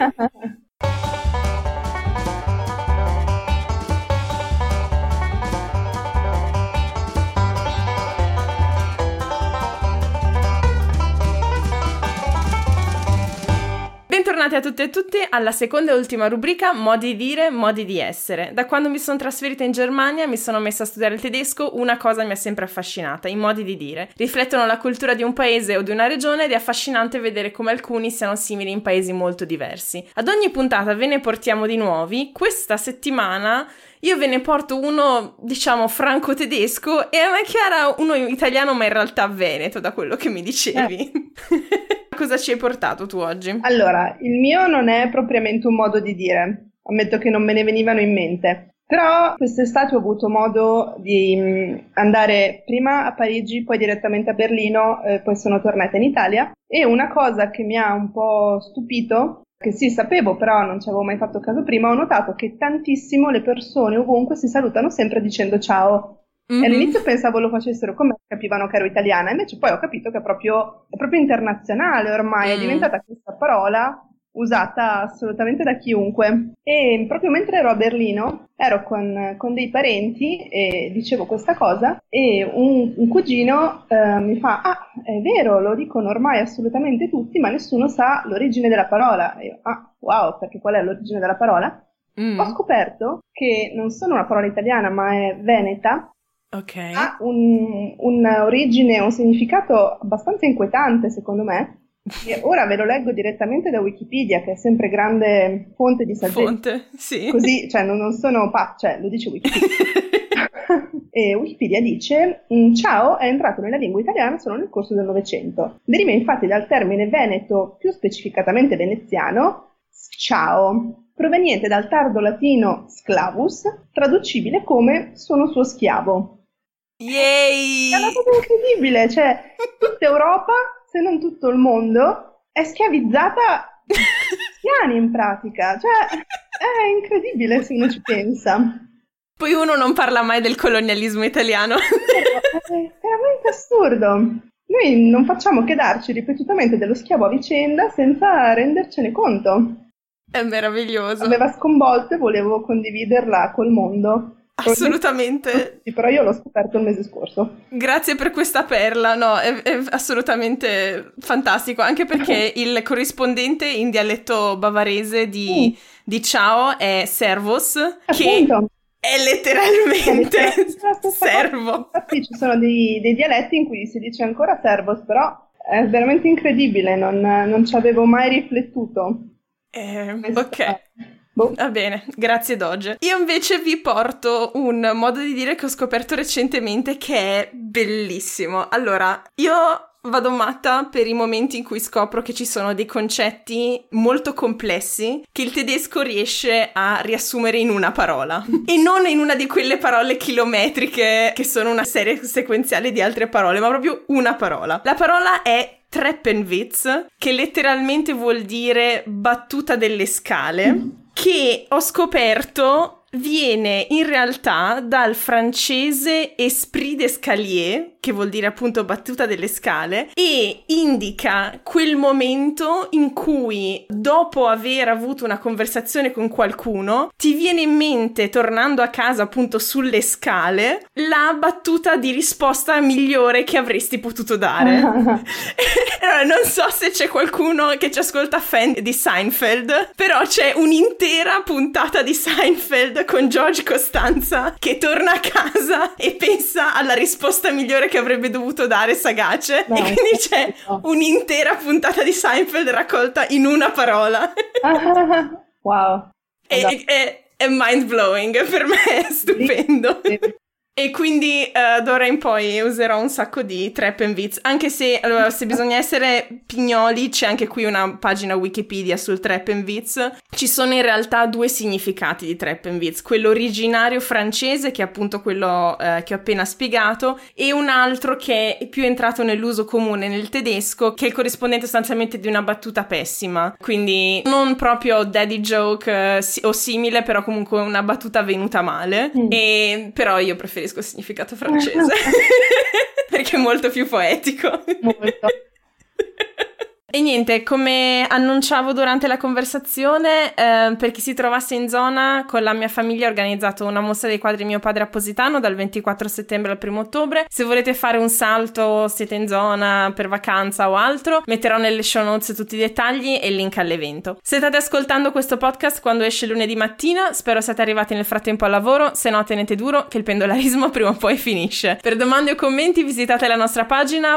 Bentornati a tutte e tutti alla seconda e ultima rubrica Modi di dire, modi di essere. Da quando mi sono trasferita in Germania mi sono messa a studiare il tedesco, una cosa mi ha sempre affascinata, i modi di dire. Riflettono la cultura di un paese o di una regione ed è affascinante vedere come alcuni siano simili in paesi molto diversi. Ad ogni puntata ve ne portiamo di nuovi. Questa settimana io ve ne porto uno, diciamo, franco-tedesco e a me chiara uno italiano ma in realtà veneto, da quello che mi dicevi. Cosa ci hai portato tu oggi? Allora, il mio non è propriamente un modo di dire, ammetto che non me ne venivano in mente, però quest'estate ho avuto modo di andare prima a Parigi, poi direttamente a Berlino, poi sono tornata in Italia e una cosa che mi ha un po' stupito, che sì sapevo però non ci avevo mai fatto caso prima, ho notato che tantissimo le persone ovunque si salutano sempre dicendo ciao. E all'inizio pensavo lo facessero come capivano che ero italiana, invece poi ho capito che è proprio internazionale ormai, è diventata questa parola usata assolutamente da chiunque. E proprio mentre ero a Berlino ero con dei parenti e dicevo questa cosa e un cugino mi fa è vero, lo dicono ormai assolutamente tutti ma nessuno sa l'origine della parola. E io, wow, perché qual è l'origine della parola? Ho scoperto che non solo una parola italiana ma è veneta. Okay. Ha un'origine, un significato abbastanza inquietante secondo me, e ora ve lo leggo direttamente da Wikipedia che è sempre grande fonte di saggezza. Fonte, sì. Così, cioè non sono cioè lo dice Wikipedia. E Wikipedia dice ciao è entrato nella lingua italiana solo nel corso del Novecento. Deriva infatti dal termine veneto, più specificatamente veneziano, ciao, proveniente dal tardo latino sclavus, traducibile come sono suo schiavo. Yay! È una cosa incredibile, cioè tutta Europa, se non tutto il mondo, è schiavizzata da cristiani in pratica, cioè è incredibile se uno ci pensa. Poi uno non parla mai del colonialismo italiano. È veramente assurdo. Noi non facciamo che darci ripetutamente dello schiavo a vicenda senza rendercene conto. È meraviglioso. Aveva sconvolto e volevo condividerla col mondo. Assolutamente. Sì, però io l'ho scoperto il mese scorso. Grazie per questa perla, no, è assolutamente fantastico, anche perché il corrispondente in dialetto bavarese di ciao è servus, che è letteralmente servo. Infatti ci sono dei dialetti in cui si dice ancora servus, però è veramente incredibile, non ci avevo mai riflettuto. Ok. Va bene, grazie Doge. Io invece vi porto un modo di dire che ho scoperto recentemente che è bellissimo. Allora, io vado matta per i momenti in cui scopro che ci sono dei concetti molto complessi che il tedesco riesce a riassumere in una parola e non in una di quelle parole chilometriche che sono una serie sequenziale di altre parole, ma proprio una parola. La parola è Treppenwitz, che letteralmente vuol dire battuta delle scale, che ho scoperto viene in realtà dal francese esprit d'escalier, che vuol dire appunto battuta delle scale, e indica quel momento in cui, dopo aver avuto una conversazione con qualcuno, ti viene in mente, tornando a casa appunto sulle scale, la battuta di risposta migliore che avresti potuto dare. Allora, non so se c'è qualcuno che ci ascolta fan di Seinfeld, però c'è un'intera puntata di Seinfeld con George Costanza che torna a casa e pensa alla risposta migliore che avrebbe dovuto dare sagace, no, e quindi c'è un'intera puntata di Seinfeld raccolta in una parola. Wow. È mind blowing, per me è stupendo. E quindi d'ora in poi userò un sacco di Treppenwitz, anche se, allora, se bisogna essere pignoli, c'è anche qui una pagina Wikipedia sul Treppenwitz. Ci sono in realtà due significati di Treppenwitz, quello originario francese, che è appunto quello che ho appena spiegato, e un altro che è più entrato nell'uso comune nel tedesco, che è il corrispondente sostanzialmente di una battuta pessima, quindi non proprio daddy joke o simile, però comunque una battuta venuta male, e però io preferisco il significato francese perché è molto più poetico. Molto. E niente, come annunciavo durante la conversazione, per chi si trovasse in zona, con la mia famiglia ho organizzato una mostra dei quadri Mio Padre a Positano dal 24 settembre al 1 ottobre. Se volete fare un salto, siete in zona per vacanza o altro, metterò nelle show notes tutti i dettagli e il link all'evento. Se state ascoltando questo podcast quando esce lunedì mattina, spero siate arrivati nel frattempo al lavoro, se no tenete duro che il pendolarismo prima o poi finisce. Per domande o commenti visitate la nostra pagina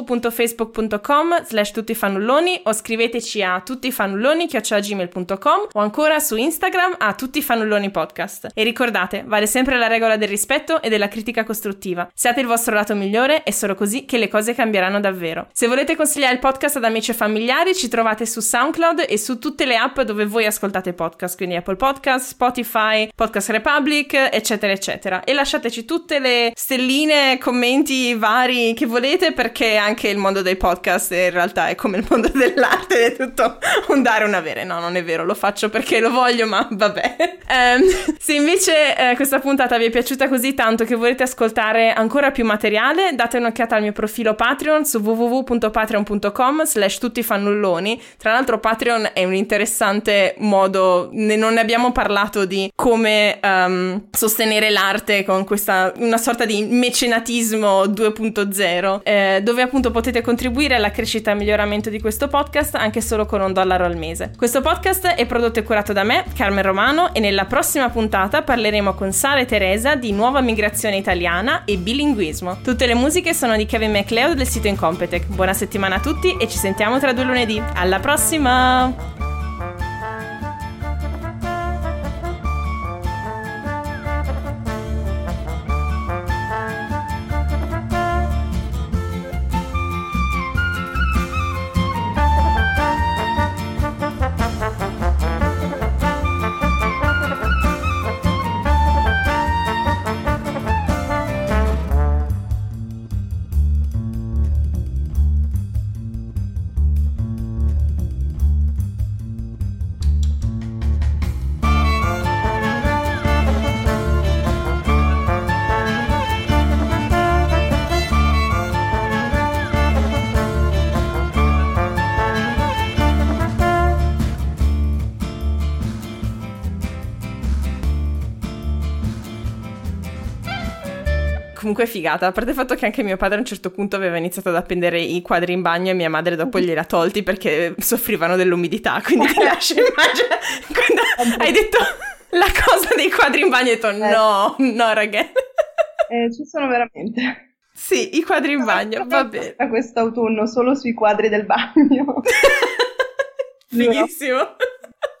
www.facebook.com/tuttifannulloni o scriveteci a tuttifannulloni@gmail.com o ancora su Instagram a tuttifannullonipodcast. E ricordate, vale sempre la regola del rispetto e della critica costruttiva. Siate il vostro lato migliore, è solo così che le cose cambieranno davvero. Se volete consigliare il podcast ad amici e familiari, ci trovate su SoundCloud e su tutte le app dove voi ascoltate podcast, quindi Apple Podcast, Spotify, Podcast Republic, eccetera eccetera. E lasciateci tutte le stelline, commenti vari che volete, perché anche il mondo dei podcast in realtà è come il mondo dell'arte, è tutto un dare un avere. No, non è vero, lo faccio perché lo voglio, ma vabbè. Se invece questa puntata vi è piaciuta così tanto che volete ascoltare ancora più materiale, date un'occhiata al mio profilo Patreon su www.patreon.com/tuttifannulloni. Tra l'altro Patreon è un interessante modo, non ne abbiamo parlato, di come sostenere l'arte con una sorta di mecenatismo 2.0, dove appunto potete contribuire alla crescita e miglioramento di questo podcast anche solo con $1 al mese. Questo podcast è prodotto e curato da me, Carmen Romano, e nella prossima puntata parleremo con Sara e Teresa di nuova migrazione italiana e bilinguismo. Tutte le musiche sono di Kevin MacLeod del sito Incompetech. Buona settimana a tutti e ci sentiamo tra 2 lunedì. Alla prossima! Comunque è figata, a parte il fatto che anche mio padre a un certo punto aveva iniziato ad appendere i quadri in bagno e mia madre dopo gliela tolti perché soffrivano dell'umidità, quindi ti lascio immaginare quando hai detto la cosa dei quadri in bagno, hai detto no raga. Ci sono veramente. Sì, i quadri in bagno, va bene. Quest'autunno solo sui quadri del bagno. Fighissimo.